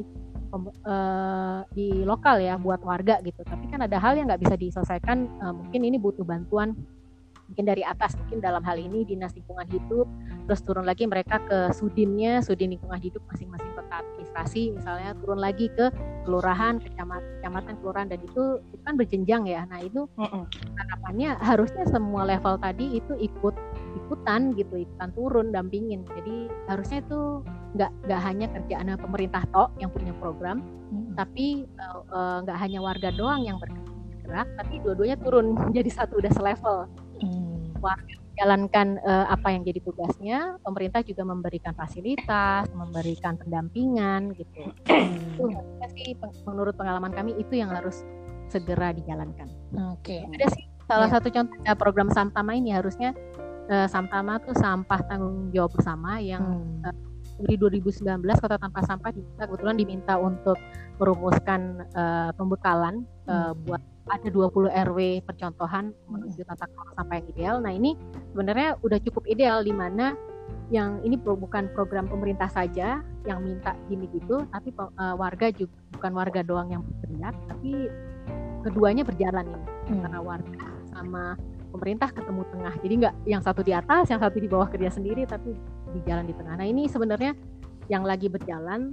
uh, di lokal ya buat warga gitu tapi kan ada hal yang nggak bisa diselesaikan uh, mungkin ini butuh bantuan mungkin dari atas mungkin dalam hal ini dinas lingkungan hidup terus turun lagi mereka ke sudinnya sudin lingkungan hidup masing-masing kota administrasi misalnya turun lagi ke kelurahan kecamatan kecamatan kelurahan dan itu, itu kan berjenjang ya nah itu harapannya harusnya semua level tadi itu ikut ikutan gitu ikutan turun dampingin jadi harusnya itu nggak nggak hanya kerjaan pemerintah tok yang punya program hmm. tapi nggak uh, uh, hanya warga doang yang bergerak tapi dua-duanya turun jadi satu udah selevel hmm. warga menjalankan uh, apa yang jadi tugasnya, pemerintah juga memberikan fasilitas, memberikan pendampingan gitu. Itu sih menurut pengalaman kami itu yang harus segera dijalankan. Oke. Okay. Ada sih salah ya. satu contoh ya, program Samtama ini harusnya uh, Samtama tuh sampah tanggung jawab bersama yang hmm. uh, di dua ribu sembilan belas Kota Tanpa Sampah kita kebetulan diminta untuk merumuskan uh, pembekalan uh, hmm. buat ada dua puluh R W percontohan menuju tata kelola sampah yang ideal. Nah ini sebenarnya udah cukup ideal di mana yang ini bukan program pemerintah saja yang minta gini gitu, tapi uh, warga juga bukan warga doang yang bergerak, tapi keduanya berjalan ini hmm. antara warga sama pemerintah ketemu tengah. Jadi nggak yang satu di atas, yang satu di bawah kerja sendiri, tapi di jalan di tengah. Nah ini sebenarnya yang lagi berjalan,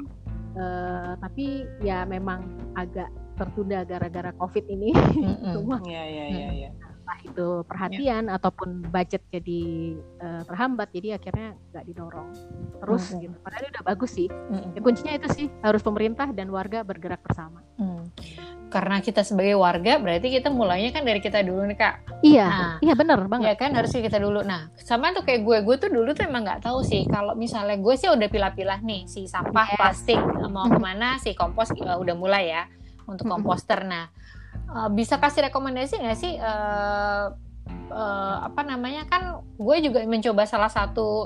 uh, tapi ya memang agak tertunda gara-gara COVID ini. Semua ya, ya, ya, ya. Entah itu perhatian ya. Ataupun budget jadi uh, terhambat, jadi akhirnya nggak didorong terus mm-hmm. gitu. Padahal udah bagus sih. Mm-hmm. Ya, kuncinya itu sih harus pemerintah dan warga bergerak bersama. Mm. Karena kita sebagai warga berarti kita mulainya kan dari kita dulu nih Kak. Iya, nah, iya benar banget. Iya kan harusnya kita dulu. Nah sama tuh kayak gue, gue tuh dulu tuh emang nggak tahu sih kalau misalnya gue sih udah pilah-pilah nih si sampah yes. plastik mau kemana, si kompos uh, udah mulai ya untuk komposter. Nah uh, bisa kasih rekomendasi nggak sih uh, uh, apa namanya kan gue juga mencoba salah satu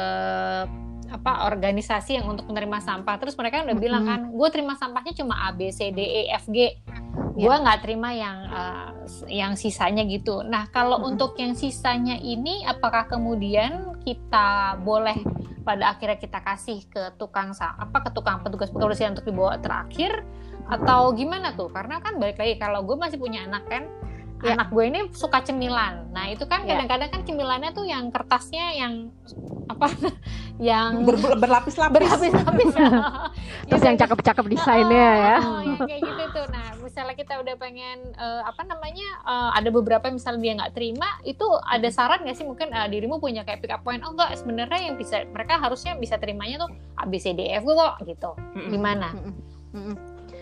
uh, apa organisasi yang untuk menerima sampah, terus mereka udah mm-hmm. bilang kan gue terima sampahnya cuma A B C D E F G, gue yeah. nggak terima yang uh, yang sisanya gitu. Nah kalau mm-hmm. untuk yang sisanya ini apakah kemudian kita boleh pada akhirnya kita kasih ke tukang apa ke tukang petugas kebersihan untuk dibawa terakhir atau gimana tuh? Karena kan balik lagi kalau gue masih punya anak kan, ya. Anak gue ini suka cemilan. Nah itu kan ya. Kadang-kadang kan cemilannya tuh yang kertasnya yang apa? Yang Ber, berlapis-lapis. Berlapis-lapis. Terus yang cakep-cakep desainnya oh, ya. Oh, yang kayak gitu tuh. Nah misalnya kita udah pengen uh, apa namanya uh, ada beberapa misalnya dia nggak terima, itu ada saran nggak sih mungkin uh, dirimu punya kayak pick up point? Oh enggak, sebenarnya yang bisa mereka harusnya bisa terimanya tuh A B C D E F G kok gitu. Gimana? Uh,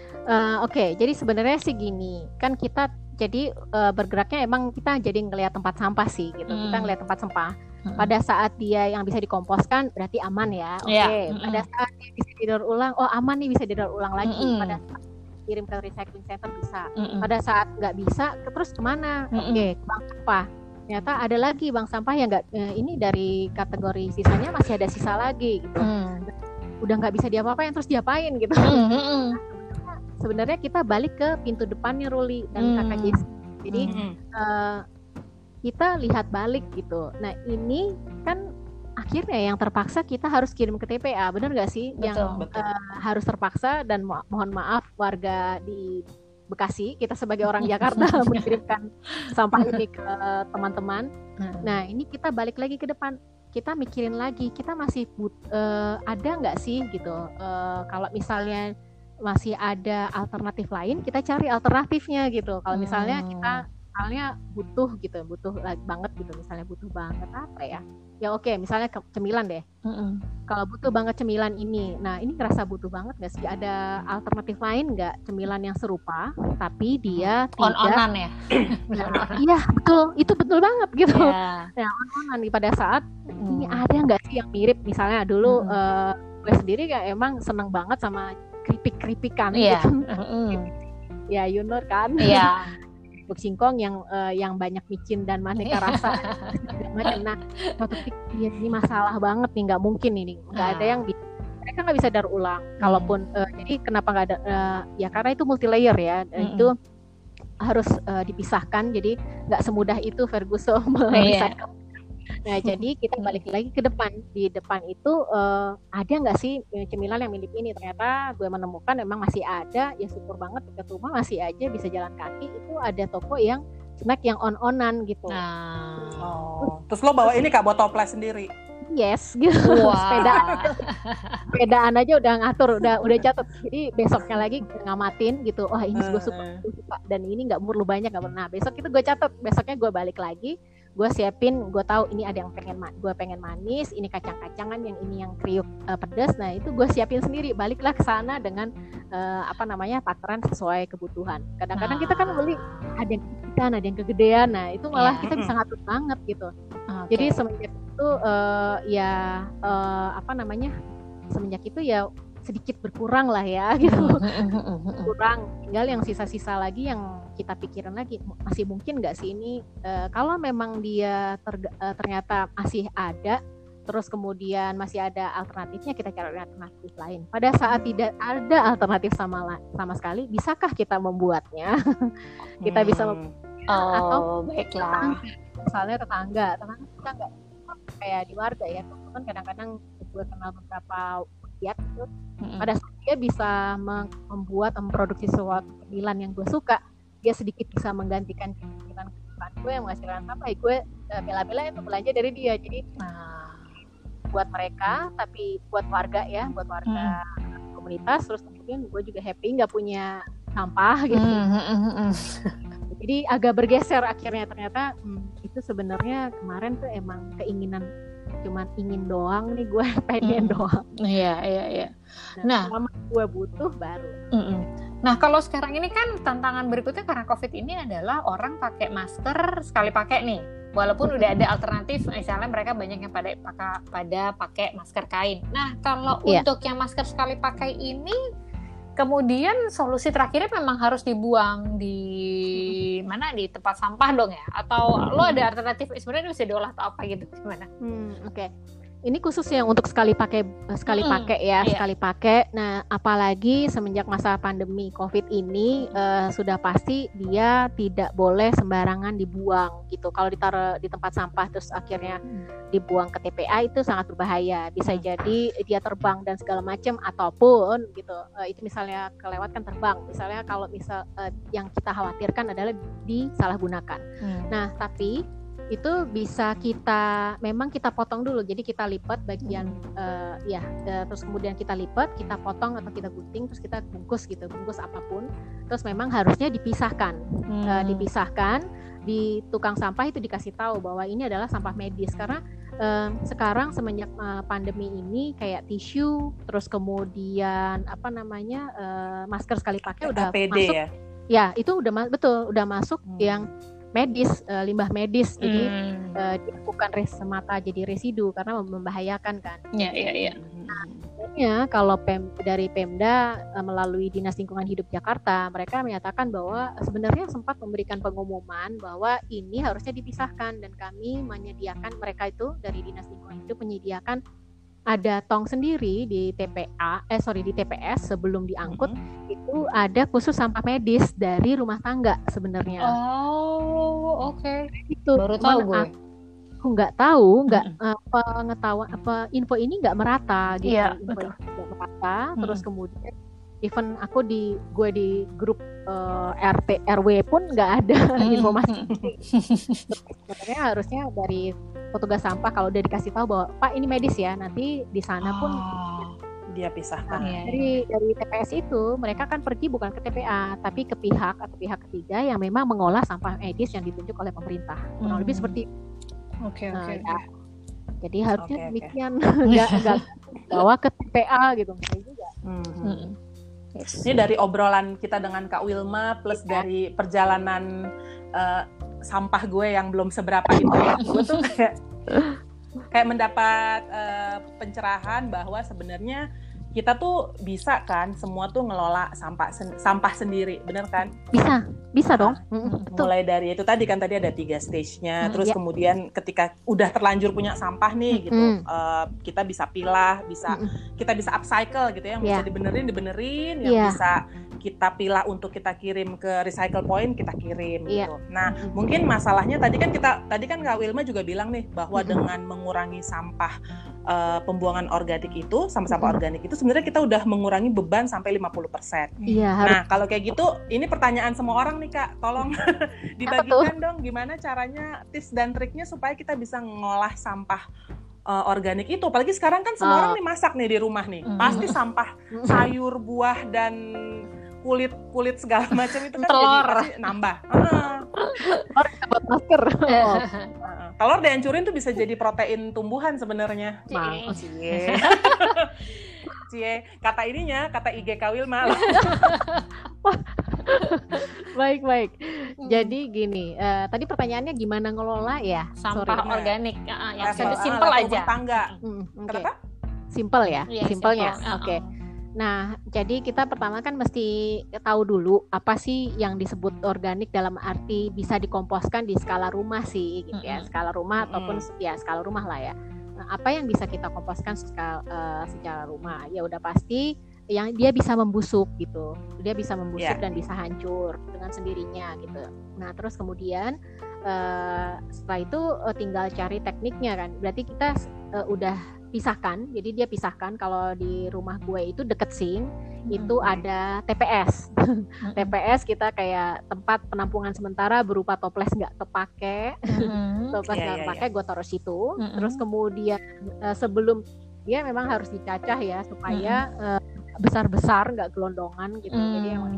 Oke, okay. Jadi sebenarnya sih gini, kan kita jadi uh, bergeraknya emang kita jadi ngelihat tempat sampah sih gitu. Hmm. Kita ngelihat tempat sampah. Hmm. Pada saat dia yang bisa dikomposkan berarti aman ya. Oke. Okay. Yeah. Pada saat dia bisa didaur ulang, oh aman nih bisa didaur ulang lagi. Hmm. Pada saat kirim ke recycling center bisa. Hmm. Pada saat nggak bisa, terus kemana? Hmm. Oke, okay, ke bank sampah. Ternyata ada lagi bank sampah yang nggak eh, ini dari kategori sisanya masih ada sisa lagi gitu. Hmm. Udah nggak bisa diapa-apain terus diapain gitu. Hmm. Sebenarnya kita balik ke pintu depannya Ruli dan hmm. kakak Jesse. Jadi hmm. uh, kita lihat balik gitu. Nah ini kan akhirnya yang terpaksa kita harus kirim ke T P A, benar nggak sih? Betul, yang betul. Uh, harus terpaksa dan mo- mohon maaf warga di Bekasi, kita sebagai orang Jakarta mengirimkan sampah ini ke uh, teman-teman. Hmm. Nah ini kita balik lagi ke depan. Kita mikirin lagi, kita masih but, uh, ada nggak sih gitu? Uh, kalau misalnya masih ada alternatif lain, kita cari alternatifnya gitu. Kalau misalnya kita misalnya butuh gitu, butuh banget gitu, misalnya butuh banget apa ya? Ya oke, okay, misalnya ke cemilan deh. Mm-hmm. Kalau butuh banget cemilan ini, nah ini ngerasa butuh banget nggak sih? Ada alternatif lain nggak cemilan yang serupa, tapi dia tidak on-onan ya? Iya betul, itu betul banget gitu. Yeah. Nah on-onan nih pada saat mm. ini ada nggak sih yang mirip? Misalnya dulu mm. uh, gue sendiri kayak emang seneng banget sama keripik-keripikan yeah. gitu. Mm. Ya you know kan. Iya. Yeah. Keripik singkong yang uh, yang banyak micin dan maneka rasa. Nah, waktu pikir ini masalah banget nih, nggak mungkin ini, nggak ada yang bisa, mereka nggak bisa daur ulang. Hmm. Kalaupun uh, jadi kenapa nggak ada? Uh, ya karena itu multi layer ya, dan hmm. itu harus uh, dipisahkan. Jadi nggak semudah itu Ferguson memisahkan. Yeah. Nah, jadi kita balik lagi ke depan. Di depan itu uh, ada nggak sih cemilan yang mirip ini? Ternyata gue menemukan memang masih ada. Ya syukur banget dekat rumah masih aja bisa jalan kaki. Itu ada toko yang snack yang on-onan gitu. Nah. Oh. Terus lo bawa ini Kak, bawa toples sendiri? Yes, gitu. Wow. Sepedaan, sepedaan aja udah ngatur, udah udah catat. Jadi besoknya lagi ngamatin gitu. Wah ini gue suka, gue suka dan ini nggak perlu banyak, nggak pernah. Besok itu gue catat. Besoknya gue balik lagi. Gue siapin, gue tahu ini ada yang pengen, gue pengen manis, ini kacang-kacangan, yang ini yang kriuk uh, pedas. Nah itu gue siapin sendiri. Baliklah ke sana dengan uh, apa namanya takaran sesuai kebutuhan. Kadang-kadang nah. kita kan beli ada yang kecantikan, ada yang kegedean. Nah itu malah yeah. kita bisa ngatur banget gitu. Okay. Jadi semenjak itu uh, ya uh, apa namanya semenjak itu ya sedikit berkurang lah ya gitu. Kurang, tinggal yang sisa-sisa lagi yang kita pikirin lagi masih mungkin nggak sih ini uh, kalau memang dia ter, uh, ternyata masih ada, terus kemudian masih ada alternatifnya, kita cari alternatif lain. Pada saat tidak ada alternatif sama sama sekali, bisakah kita membuatnya? Kita bisa membuatnya, oh, atau baiklah. Misalnya tetangga, tetangga kita nggak kayak di warga ya, kan kadang-kadang gue kenal beberapa rakyat gitu, mm-hmm. pada saat dia bisa membuat, memproduksi sesuatu cemilan yang gue suka, dia sedikit bisa menggantikan cemilan kesukaan gue yang menghasilkan apa, ya gue uh, bela-bela itu belanja dari dia. Jadi nah, buat mereka, tapi buat warga ya, buat warga mm. komunitas, terus kemudian gue juga happy nggak punya sampah gitu. Mm-hmm. Jadi agak bergeser akhirnya, ternyata hmm, itu sebenarnya kemarin tuh emang keinginan, cuman ingin doang nih gue, pengen hmm. doang. Iya iya iya. Nah, selama gue butuh baru. Mm-mm. Nah kalau sekarang ini kan tantangan berikutnya karena COVID ini adalah orang pakai masker sekali pakai nih. Walaupun udah ada alternatif, misalnya mereka banyak yang pada pakai pada pakai masker kain. Nah kalau yeah. untuk yang masker sekali pakai ini, kemudian solusi terakhirnya memang harus dibuang di mana, di tempat sampah dong ya? Atau lo ada alternatif sebenarnya bisa diolah atau apa gitu gimana? Hmm, oke. Okay. Ini khusus yang untuk sekali pakai sekali hmm, pakai ya, iya. sekali pakai. Nah, apalagi semenjak masa pandemi COVID ini uh, sudah pasti dia tidak boleh sembarangan dibuang gitu. Kalau ditaruh di tempat sampah terus akhirnya dibuang ke T P A itu sangat berbahaya. Bisa jadi dia terbang dan segala macam, ataupun gitu uh, itu misalnya kelewatkan terbang. Misalnya kalau misal uh, yang kita khawatirkan adalah disalahgunakan. Hmm. Nah, tapi itu bisa kita memang kita potong dulu, jadi kita lipat bagian uh, ya uh, terus kemudian kita lipat, kita potong atau kita gunting, terus kita bungkus gitu, bungkus apapun, terus memang harusnya dipisahkan. hmm. uh, dipisahkan di tukang sampah itu dikasih tahu bahwa ini adalah sampah medis, karena uh, sekarang semenjak uh, pandemi ini kayak tisu, terus kemudian apa namanya uh, masker sekali pakai udah A P D masuk ya, ya itu udah ma- betul udah masuk hmm. yang medis, uh, limbah medis, jadi hmm. uh, dia bukan res semata jadi residu karena membahayakan kan. Iya iya iya. Nah, sebenarnya kalau Pem, dari Pemda uh, melalui Dinas Lingkungan Hidup Jakarta, mereka menyatakan bahwa sebenarnya sempat memberikan pengumuman bahwa ini harusnya dipisahkan, dan kami menyediakan, mereka itu dari Dinas Lingkungan Hidup menyediakan ada tong sendiri di T P A, eh sorry di T P S sebelum diangkut, mm-hmm. itu ada khusus sampah medis dari rumah tangga sebenarnya. Oh, oke. Okay. Itu baru tahu gue. Aku nggak tahu, nggak mm-hmm. uh, pengetahuan apa info ini nggak merata gitu. Iya, info betul. Nggak merata. Mm-hmm. Terus kemudian even aku di gue di grup uh, R T R W pun nggak ada mm-hmm. informasi. Sebenarnya harusnya dari petugas sampah kalau udah dikasih tahu bahwa Pak ini medis ya, nanti di sana pun oh, dia pisahkan. Nah, ya. Dari dari T P S itu mereka kan pergi bukan ke T P A tapi ke pihak atau pihak ketiga yang memang mengolah sampah medis yang ditunjuk oleh pemerintah. Kurang hmm. lebih seperti oke okay, oke. Okay, nah, okay. ya. Jadi harusnya okay, demikian, okay. nggak nggak bawa ke T P A gitu misalnya juga. Hmm. Hmm. Yes. Ini dari obrolan kita dengan Kak Wilma plus ya. Dari perjalanan uh, sampah gue yang belum seberapa itu ya, gue tuh kayak kayak mendapat uh, pencerahan bahwa sebenarnya kita tuh bisa kan semua tuh ngelola sampah sen- sampah sendiri, bener kan? Bisa, bisa dong. Nah, mulai dari itu tadi kan tadi ada tiga stage-nya, hmm, terus ya. Kemudian ketika udah terlanjur punya sampah nih gitu, hmm. uh, kita bisa pilah, bisa hmm. kita bisa upcycle gitu ya, yang yeah. bisa dibenerin dibenerin, yang yeah. bisa kita pilah untuk kita kirim ke recycle point, kita kirim yeah. gitu. Nah, mm-hmm. mungkin masalahnya tadi kan kita tadi kan Kak Wilma juga bilang nih bahwa mm-hmm. dengan mengurangi sampah uh, pembuangan organik itu, sampah-sampah mm-hmm. organik itu sebenarnya kita udah mengurangi beban sampai lima puluh persen. Yeah, nah, harus... kalau kayak gitu, ini pertanyaan semua orang nih Kak, tolong dibagikan dong gimana caranya tips dan triknya supaya kita bisa ngolah sampah Uh, organik itu, apalagi sekarang kan semua oh. orang nih masak nih di rumah nih, mm. pasti sampah sayur, buah dan kulit kulit segala macam itu kan telur. Jadi pasti nambah. Telur buat masker. Oh. Telur dihancurin tuh bisa jadi protein tumbuhan sebenarnya. Cie. Cie, kata ininya, kata I G K Wilma. Baik baik. Hmm. Jadi gini, uh, tadi pertanyaannya gimana ngelola ya? Sampah Sorry. organik, uh, yang Level, simple ah, aja. Tangga. Hmm, okay. Kenapa? Simple ya, yeah, simpelnya. Simple. Oke. Okay. Nah, jadi kita pertama kan mesti tahu dulu apa sih yang disebut organik dalam arti bisa dikomposkan di skala rumah sih, gitu ya. Skala rumah mm-hmm. ataupun ya skala rumah lah ya. Nah, apa yang bisa kita komposkan skala, uh, secara rumah? Ya udah pasti yang dia bisa membusuk gitu. Dia bisa membusuk yeah. dan bisa hancur dengan sendirinya gitu. Nah, terus kemudian uh, setelah itu uh, tinggal cari tekniknya kan. Berarti kita uh, udah pisahkan, jadi dia pisahkan. Kalau di rumah gue itu deket sink mm-hmm. itu ada T P S. Mm-hmm. T P S kita kayak tempat penampungan sementara berupa toples nggak kepake, mm-hmm. toples nggak yeah, kepake yeah, gue taruh situ. Mm-hmm. Terus kemudian uh, sebelum dia memang harus dicacah ya supaya mm-hmm. uh, besar-besar nggak gelondongan gitu. Mm-hmm. Jadi emang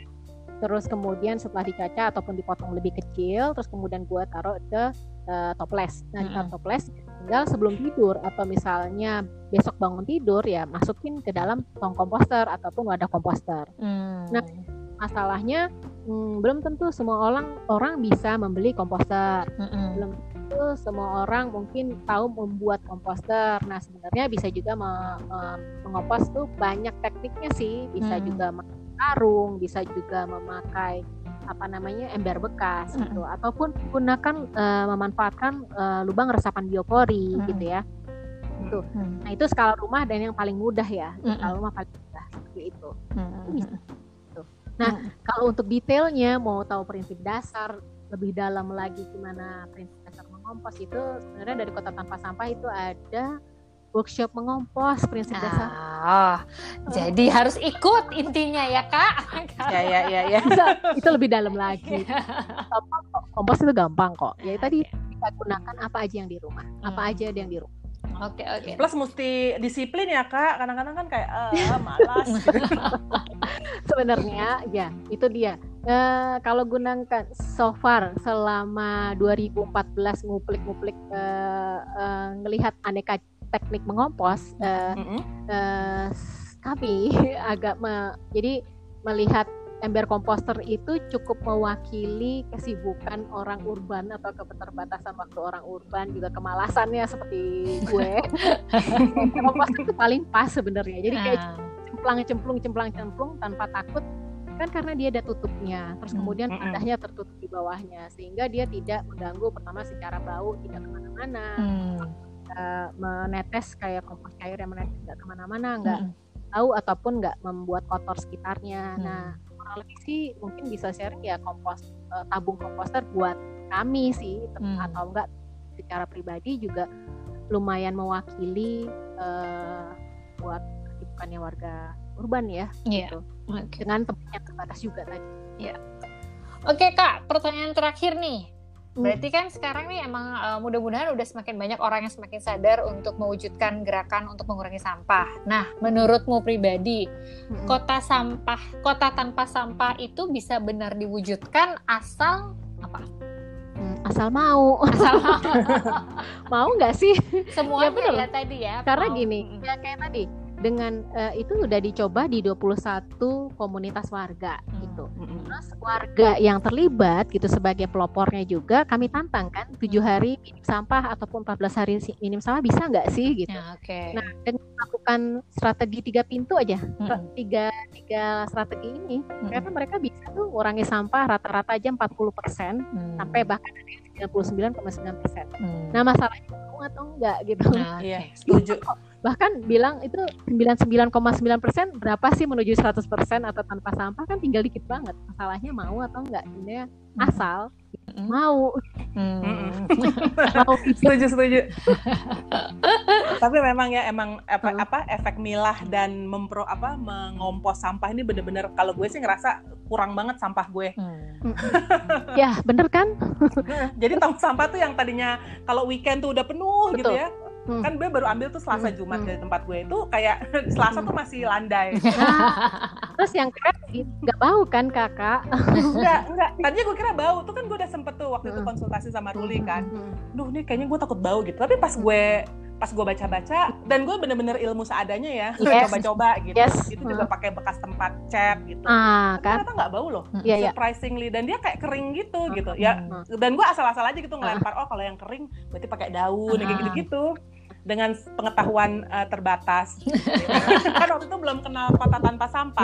terus kemudian setelah dicacah ataupun dipotong lebih kecil, terus kemudian gue taruh ke uh, toples. Nah, mm-hmm. di toples tinggal sebelum tidur atau misalnya besok bangun tidur ya masukin ke dalam tong komposter ataupun wadah komposter. Mm. Nah, masalahnya hmm, belum tentu semua orang orang bisa membeli komposter. Mm-hmm. Belum tentu semua orang mungkin tahu membuat komposter. Nah, sebenarnya bisa juga me- me- mengompos tuh banyak tekniknya sih. Bisa mm. juga karung, bisa juga memakai apa namanya ember bekas mm-hmm. gitu, ataupun gunakan uh, memanfaatkan uh, lubang resapan biopori mm-hmm. gitu ya. Itu. Mm-hmm. Nah, itu skala rumah dan yang paling mudah ya. Mm-hmm. Skala rumah paling mudah seperti itu. Mm-hmm. Gitu. Nah, mm-hmm. kalau untuk detailnya mau tahu prinsip dasar lebih dalam lagi gimana prinsip dasar mengompos itu sebenarnya dari Kota Tanpa Sampah itu ada workshop mengompos prinsip ah, dasar. Oh, jadi harus ikut intinya ya Kak. Ya ya ya ya. Itu lebih dalam lagi. Kompos itu gampang kok. Ya tadi kita gunakan apa aja yang di rumah, hmm. apa aja yang di rumah. Oke okay, oke. Okay. Plus mesti disiplin ya Kak. Kadang-kadang kan kayak ah, malas. Sebenarnya ya itu dia. Uh, kalau gunakan so far selama dua ribu empat belas nguplik-nguplik uh, uh, ngelihat aneka teknik mengompos, uh, mm-hmm. uh, kami agak me, jadi melihat ember komposter itu cukup mewakili kesibukan orang urban atau keterbatasan waktu orang urban, juga kemalasannya seperti gue. Komposter itu paling pas sebenarnya. Jadi kayak cemplang-cemplung, cemplang-cemplung tanpa takut, kan karena dia ada tutupnya. Terus kemudian wadahnya tertutup di bawahnya, sehingga dia tidak mengganggu pertama secara bau, tidak kemana-mana. Hmm. Uh, menetes kayak kompos cair yang menetes nggak kemana-mana, nggak hmm. tahu ataupun nggak membuat kotor sekitarnya. Hmm. Nah, kurang lebih sih mungkin bisa sharing ya kompos uh, tabung komposter buat kami sih, hmm. atau enggak secara pribadi juga lumayan mewakili uh, buat kesibukannya warga urban ya, yeah. gitu. Okay. Dengan tempat yang terbatas juga tadi. Yeah. Oke okay, Kak, pertanyaan terakhir nih. Berarti kan sekarang nih emang uh, mudah-mudahan udah semakin banyak orang yang semakin sadar untuk mewujudkan gerakan untuk mengurangi sampah. Nah, menurutmu pribadi, hmm. kota sampah, kota tanpa sampah itu bisa benar diwujudkan asal apa? Hmm, asal mau. Asal mau. Mau nggak sih? Semuanya ya, ya tadi ya. Karena mau. gini, hmm. ya kayak tadi. Dengan uh, itu udah dicoba di dua puluh satu komunitas warga gitu. Mm-hmm. Terus warga yang terlibat gitu sebagai pelopornya juga kami tantang kan tujuh hari minim sampah ataupun empat belas hari minim sampah bisa nggak sih gitu. Ya, okay. Nah, dengan melakukan strategi tiga pintu aja, mm-hmm. tiga tiga strategi ini, mm-hmm. ternyata mereka bisa tuh ngurangi sampah rata-rata aja empat puluh persen mm-hmm. sampai bahkan ada yang sembilan puluh sembilan koma sembilan persen. Mm-hmm. Nah, masalahnya mau atau enggak gitu. Nah, iya, setuju. Bahkan bilang itu sembilan puluh sembilan koma sembilan persen berapa sih menuju seratus persen atau tanpa sampah kan tinggal dikit banget. Masalahnya mau atau enggak, ini asal mm-hmm. mau. Mm-hmm. Mau setuju setuju. Tapi memang ya emang apa, uh. apa efek milah dan mempro apa mengompos sampah ini benar-benar kalau gue sih ngerasa kurang banget sampah gue. Hmm. Ya bener kan? Jadi tong sampah tuh yang tadinya kalau weekend tuh udah penuh. Betul. Gitu ya. Hmm. Kan gue baru ambil tuh Selasa hmm. Jumat hmm. dari tempat gue itu kayak Selasa hmm. tuh masih landai. Nah, terus yang keren nggak bau kan kakak? Enggak, enggak. Tadinya gue kira bau tuh kan gue udah sempet tuh waktu hmm. itu konsultasi sama Ruli kan. Hmm. Duh nih kayaknya gue takut bau gitu. Tapi pas gue pas gue baca-baca, dan gue bener-bener ilmu seadanya ya, Yes. coba-coba gitu. Yes. Itu juga pakai bekas tempat cat gitu. Ah, kan? Ternyata nggak bau loh, Iya, iya. surprisingly, dan dia kayak kering gitu gitu. Ya, dan gue asal-asal aja gitu ngelempar. Oh, kalau yang kering berarti pakai daun, kayak gitu-gitu. Dengan pengetahuan uh, terbatas. Kan waktu itu belum kenal kota tanpa sampah.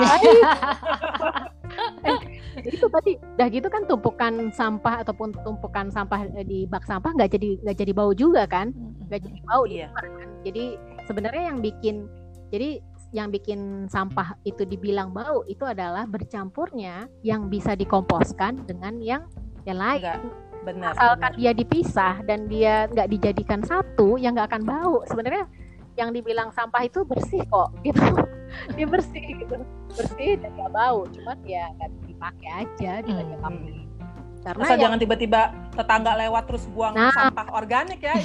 eh, itu tadi udah gitu kan tumpukan sampah ataupun tumpukan sampah di bak sampah nggak jadi nggak jadi bau juga kan, nggak jadi bau Iya. kan. Jadi sebenarnya yang bikin jadi yang bikin sampah itu dibilang bau itu adalah bercampurnya yang bisa dikomposkan dengan yang yang lain. Enggak. Benar, Asalkan benar. dia dipisah dan dia nggak dijadikan satu, yang nggak akan bau. Sebenarnya yang dibilang sampah itu bersih kok, gitu. Dia bersih, gitu, bersih dan nggak bau. Cuman ya nggak dipakai aja, dia nggak Hmm. dipakai. Karena Asal yang, jangan tiba-tiba tetangga lewat terus buang Nah. sampah organik ya.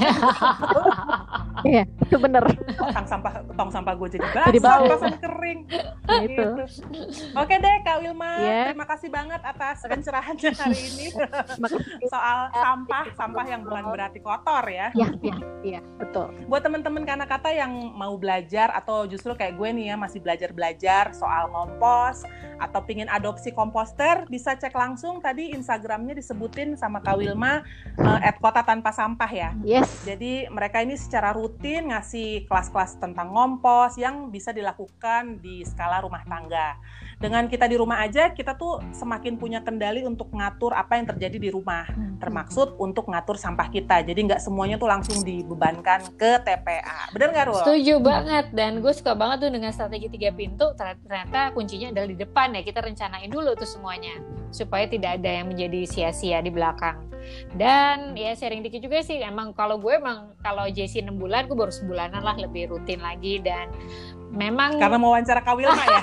iya, itu bener. Tong sampah, tong sampah gue jadi Jadi basah, bau. pasang kering. Itu. Gitu. Oke deh Kak Wilma, Yeah. terima kasih banget atas pencerahannya hari ini Makasih. soal sampah, sampah yang bukan berarti kotor ya. Ya, ya, iya, betul. Buat teman-teman Kanakata yang mau belajar atau justru kayak gue nih ya masih belajar-belajar soal ngompos atau pingin adopsi komposter, bisa cek langsung tadi Instagramnya disebutin sama Kak Wilma uh, at kota tanpa sampah ya. Yes. Jadi mereka ini secara rutin ngasih kelas-kelas tentang ngompos yang bisa dilakukan di skala rumah tangga. Dengan kita di rumah aja, kita tuh semakin punya kendali untuk ngatur apa yang terjadi di rumah. Termaksud untuk ngatur sampah kita. Jadi nggak semuanya tuh langsung dibebankan ke T P A. Bener nggak, Rul? Setuju banget, dan gue suka banget tuh dengan strategi tiga pintu. Ternyata kuncinya adalah di depan ya, kita rencanain dulu tuh semuanya supaya tidak ada yang menjadi sia-sia di belakang. Dan ya sharing dikit juga sih, emang kalau gue emang kalau J C enam bulan, gue baru sebulanan lah lebih rutin lagi. Dan memang Karena mau wawancara Kak Wilma ya?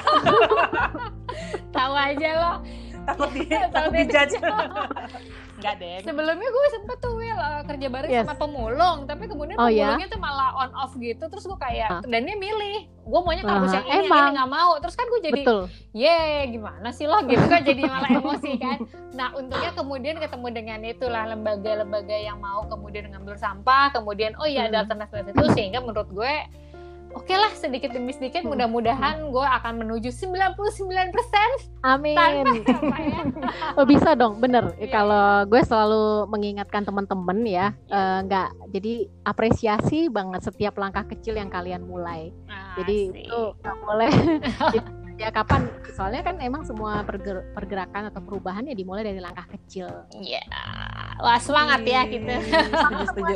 tahu aja lo. Takut di, Takut takut di- dijudge. Enggak deh. Sebelumnya gue sempet tuh Will uh, kerja bareng Yes. sama pemulung, tapi kemudian Oh, pemulungnya tuh malah on off gitu. Terus gue kayak, Ah. dan dia milih, gue maunya kampus Ah, yang ini, yang emang. ini nggak mau. Terus kan gue jadi, Betul. ye gimana sih lo gitu kan, jadi malah emosi kan. Nah untungnya kemudian ketemu dengan itulah lembaga-lembaga yang mau kemudian ngambil sampah, kemudian oh iya ada Hmm. alternatif itu, sehingga menurut gue oke lah, sedikit demi sedikit Hmm. mudah-mudahan gue akan menuju sembilan puluh sembilan persen Amin. tanpa sampah ya. Oh, bisa dong, bener. Iya. Kalau gue selalu mengingatkan teman-teman ya, eh, nggak. Jadi apresiasi banget setiap langkah kecil yang kalian mulai. Jadi Asik. itu nggak boleh. Ya kapan? Soalnya kan emang semua perger- pergerakan atau perubahan ya dimulai dari langkah kecil. Iya, wah semangat ya kita. Setuju, setuju.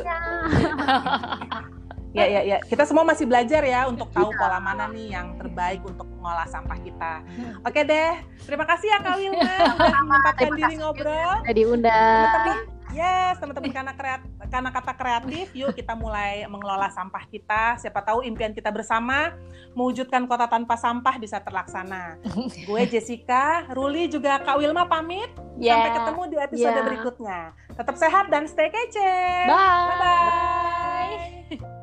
Ya, ya, ya. Kita semua masih belajar ya untuk tahu pola mana nih yang terbaik untuk mengolah sampah kita. Oke deh, terima kasih ya Kak Wilma udah menyempatkan Terima diri kasih ngobrol. Udah diundang. Teman-teman, yes, teman-teman Kana Kreat- Kana Kata Kreatif, yuk kita mulai mengelola sampah kita. Siapa tahu impian kita bersama mewujudkan kota tanpa sampah bisa terlaksana. Gue Jessica, Ruli juga Kak Wilma pamit. Ya. Sampai ketemu di episode Ya. berikutnya. Tetap sehat dan stay kece. Bye. Bye-bye.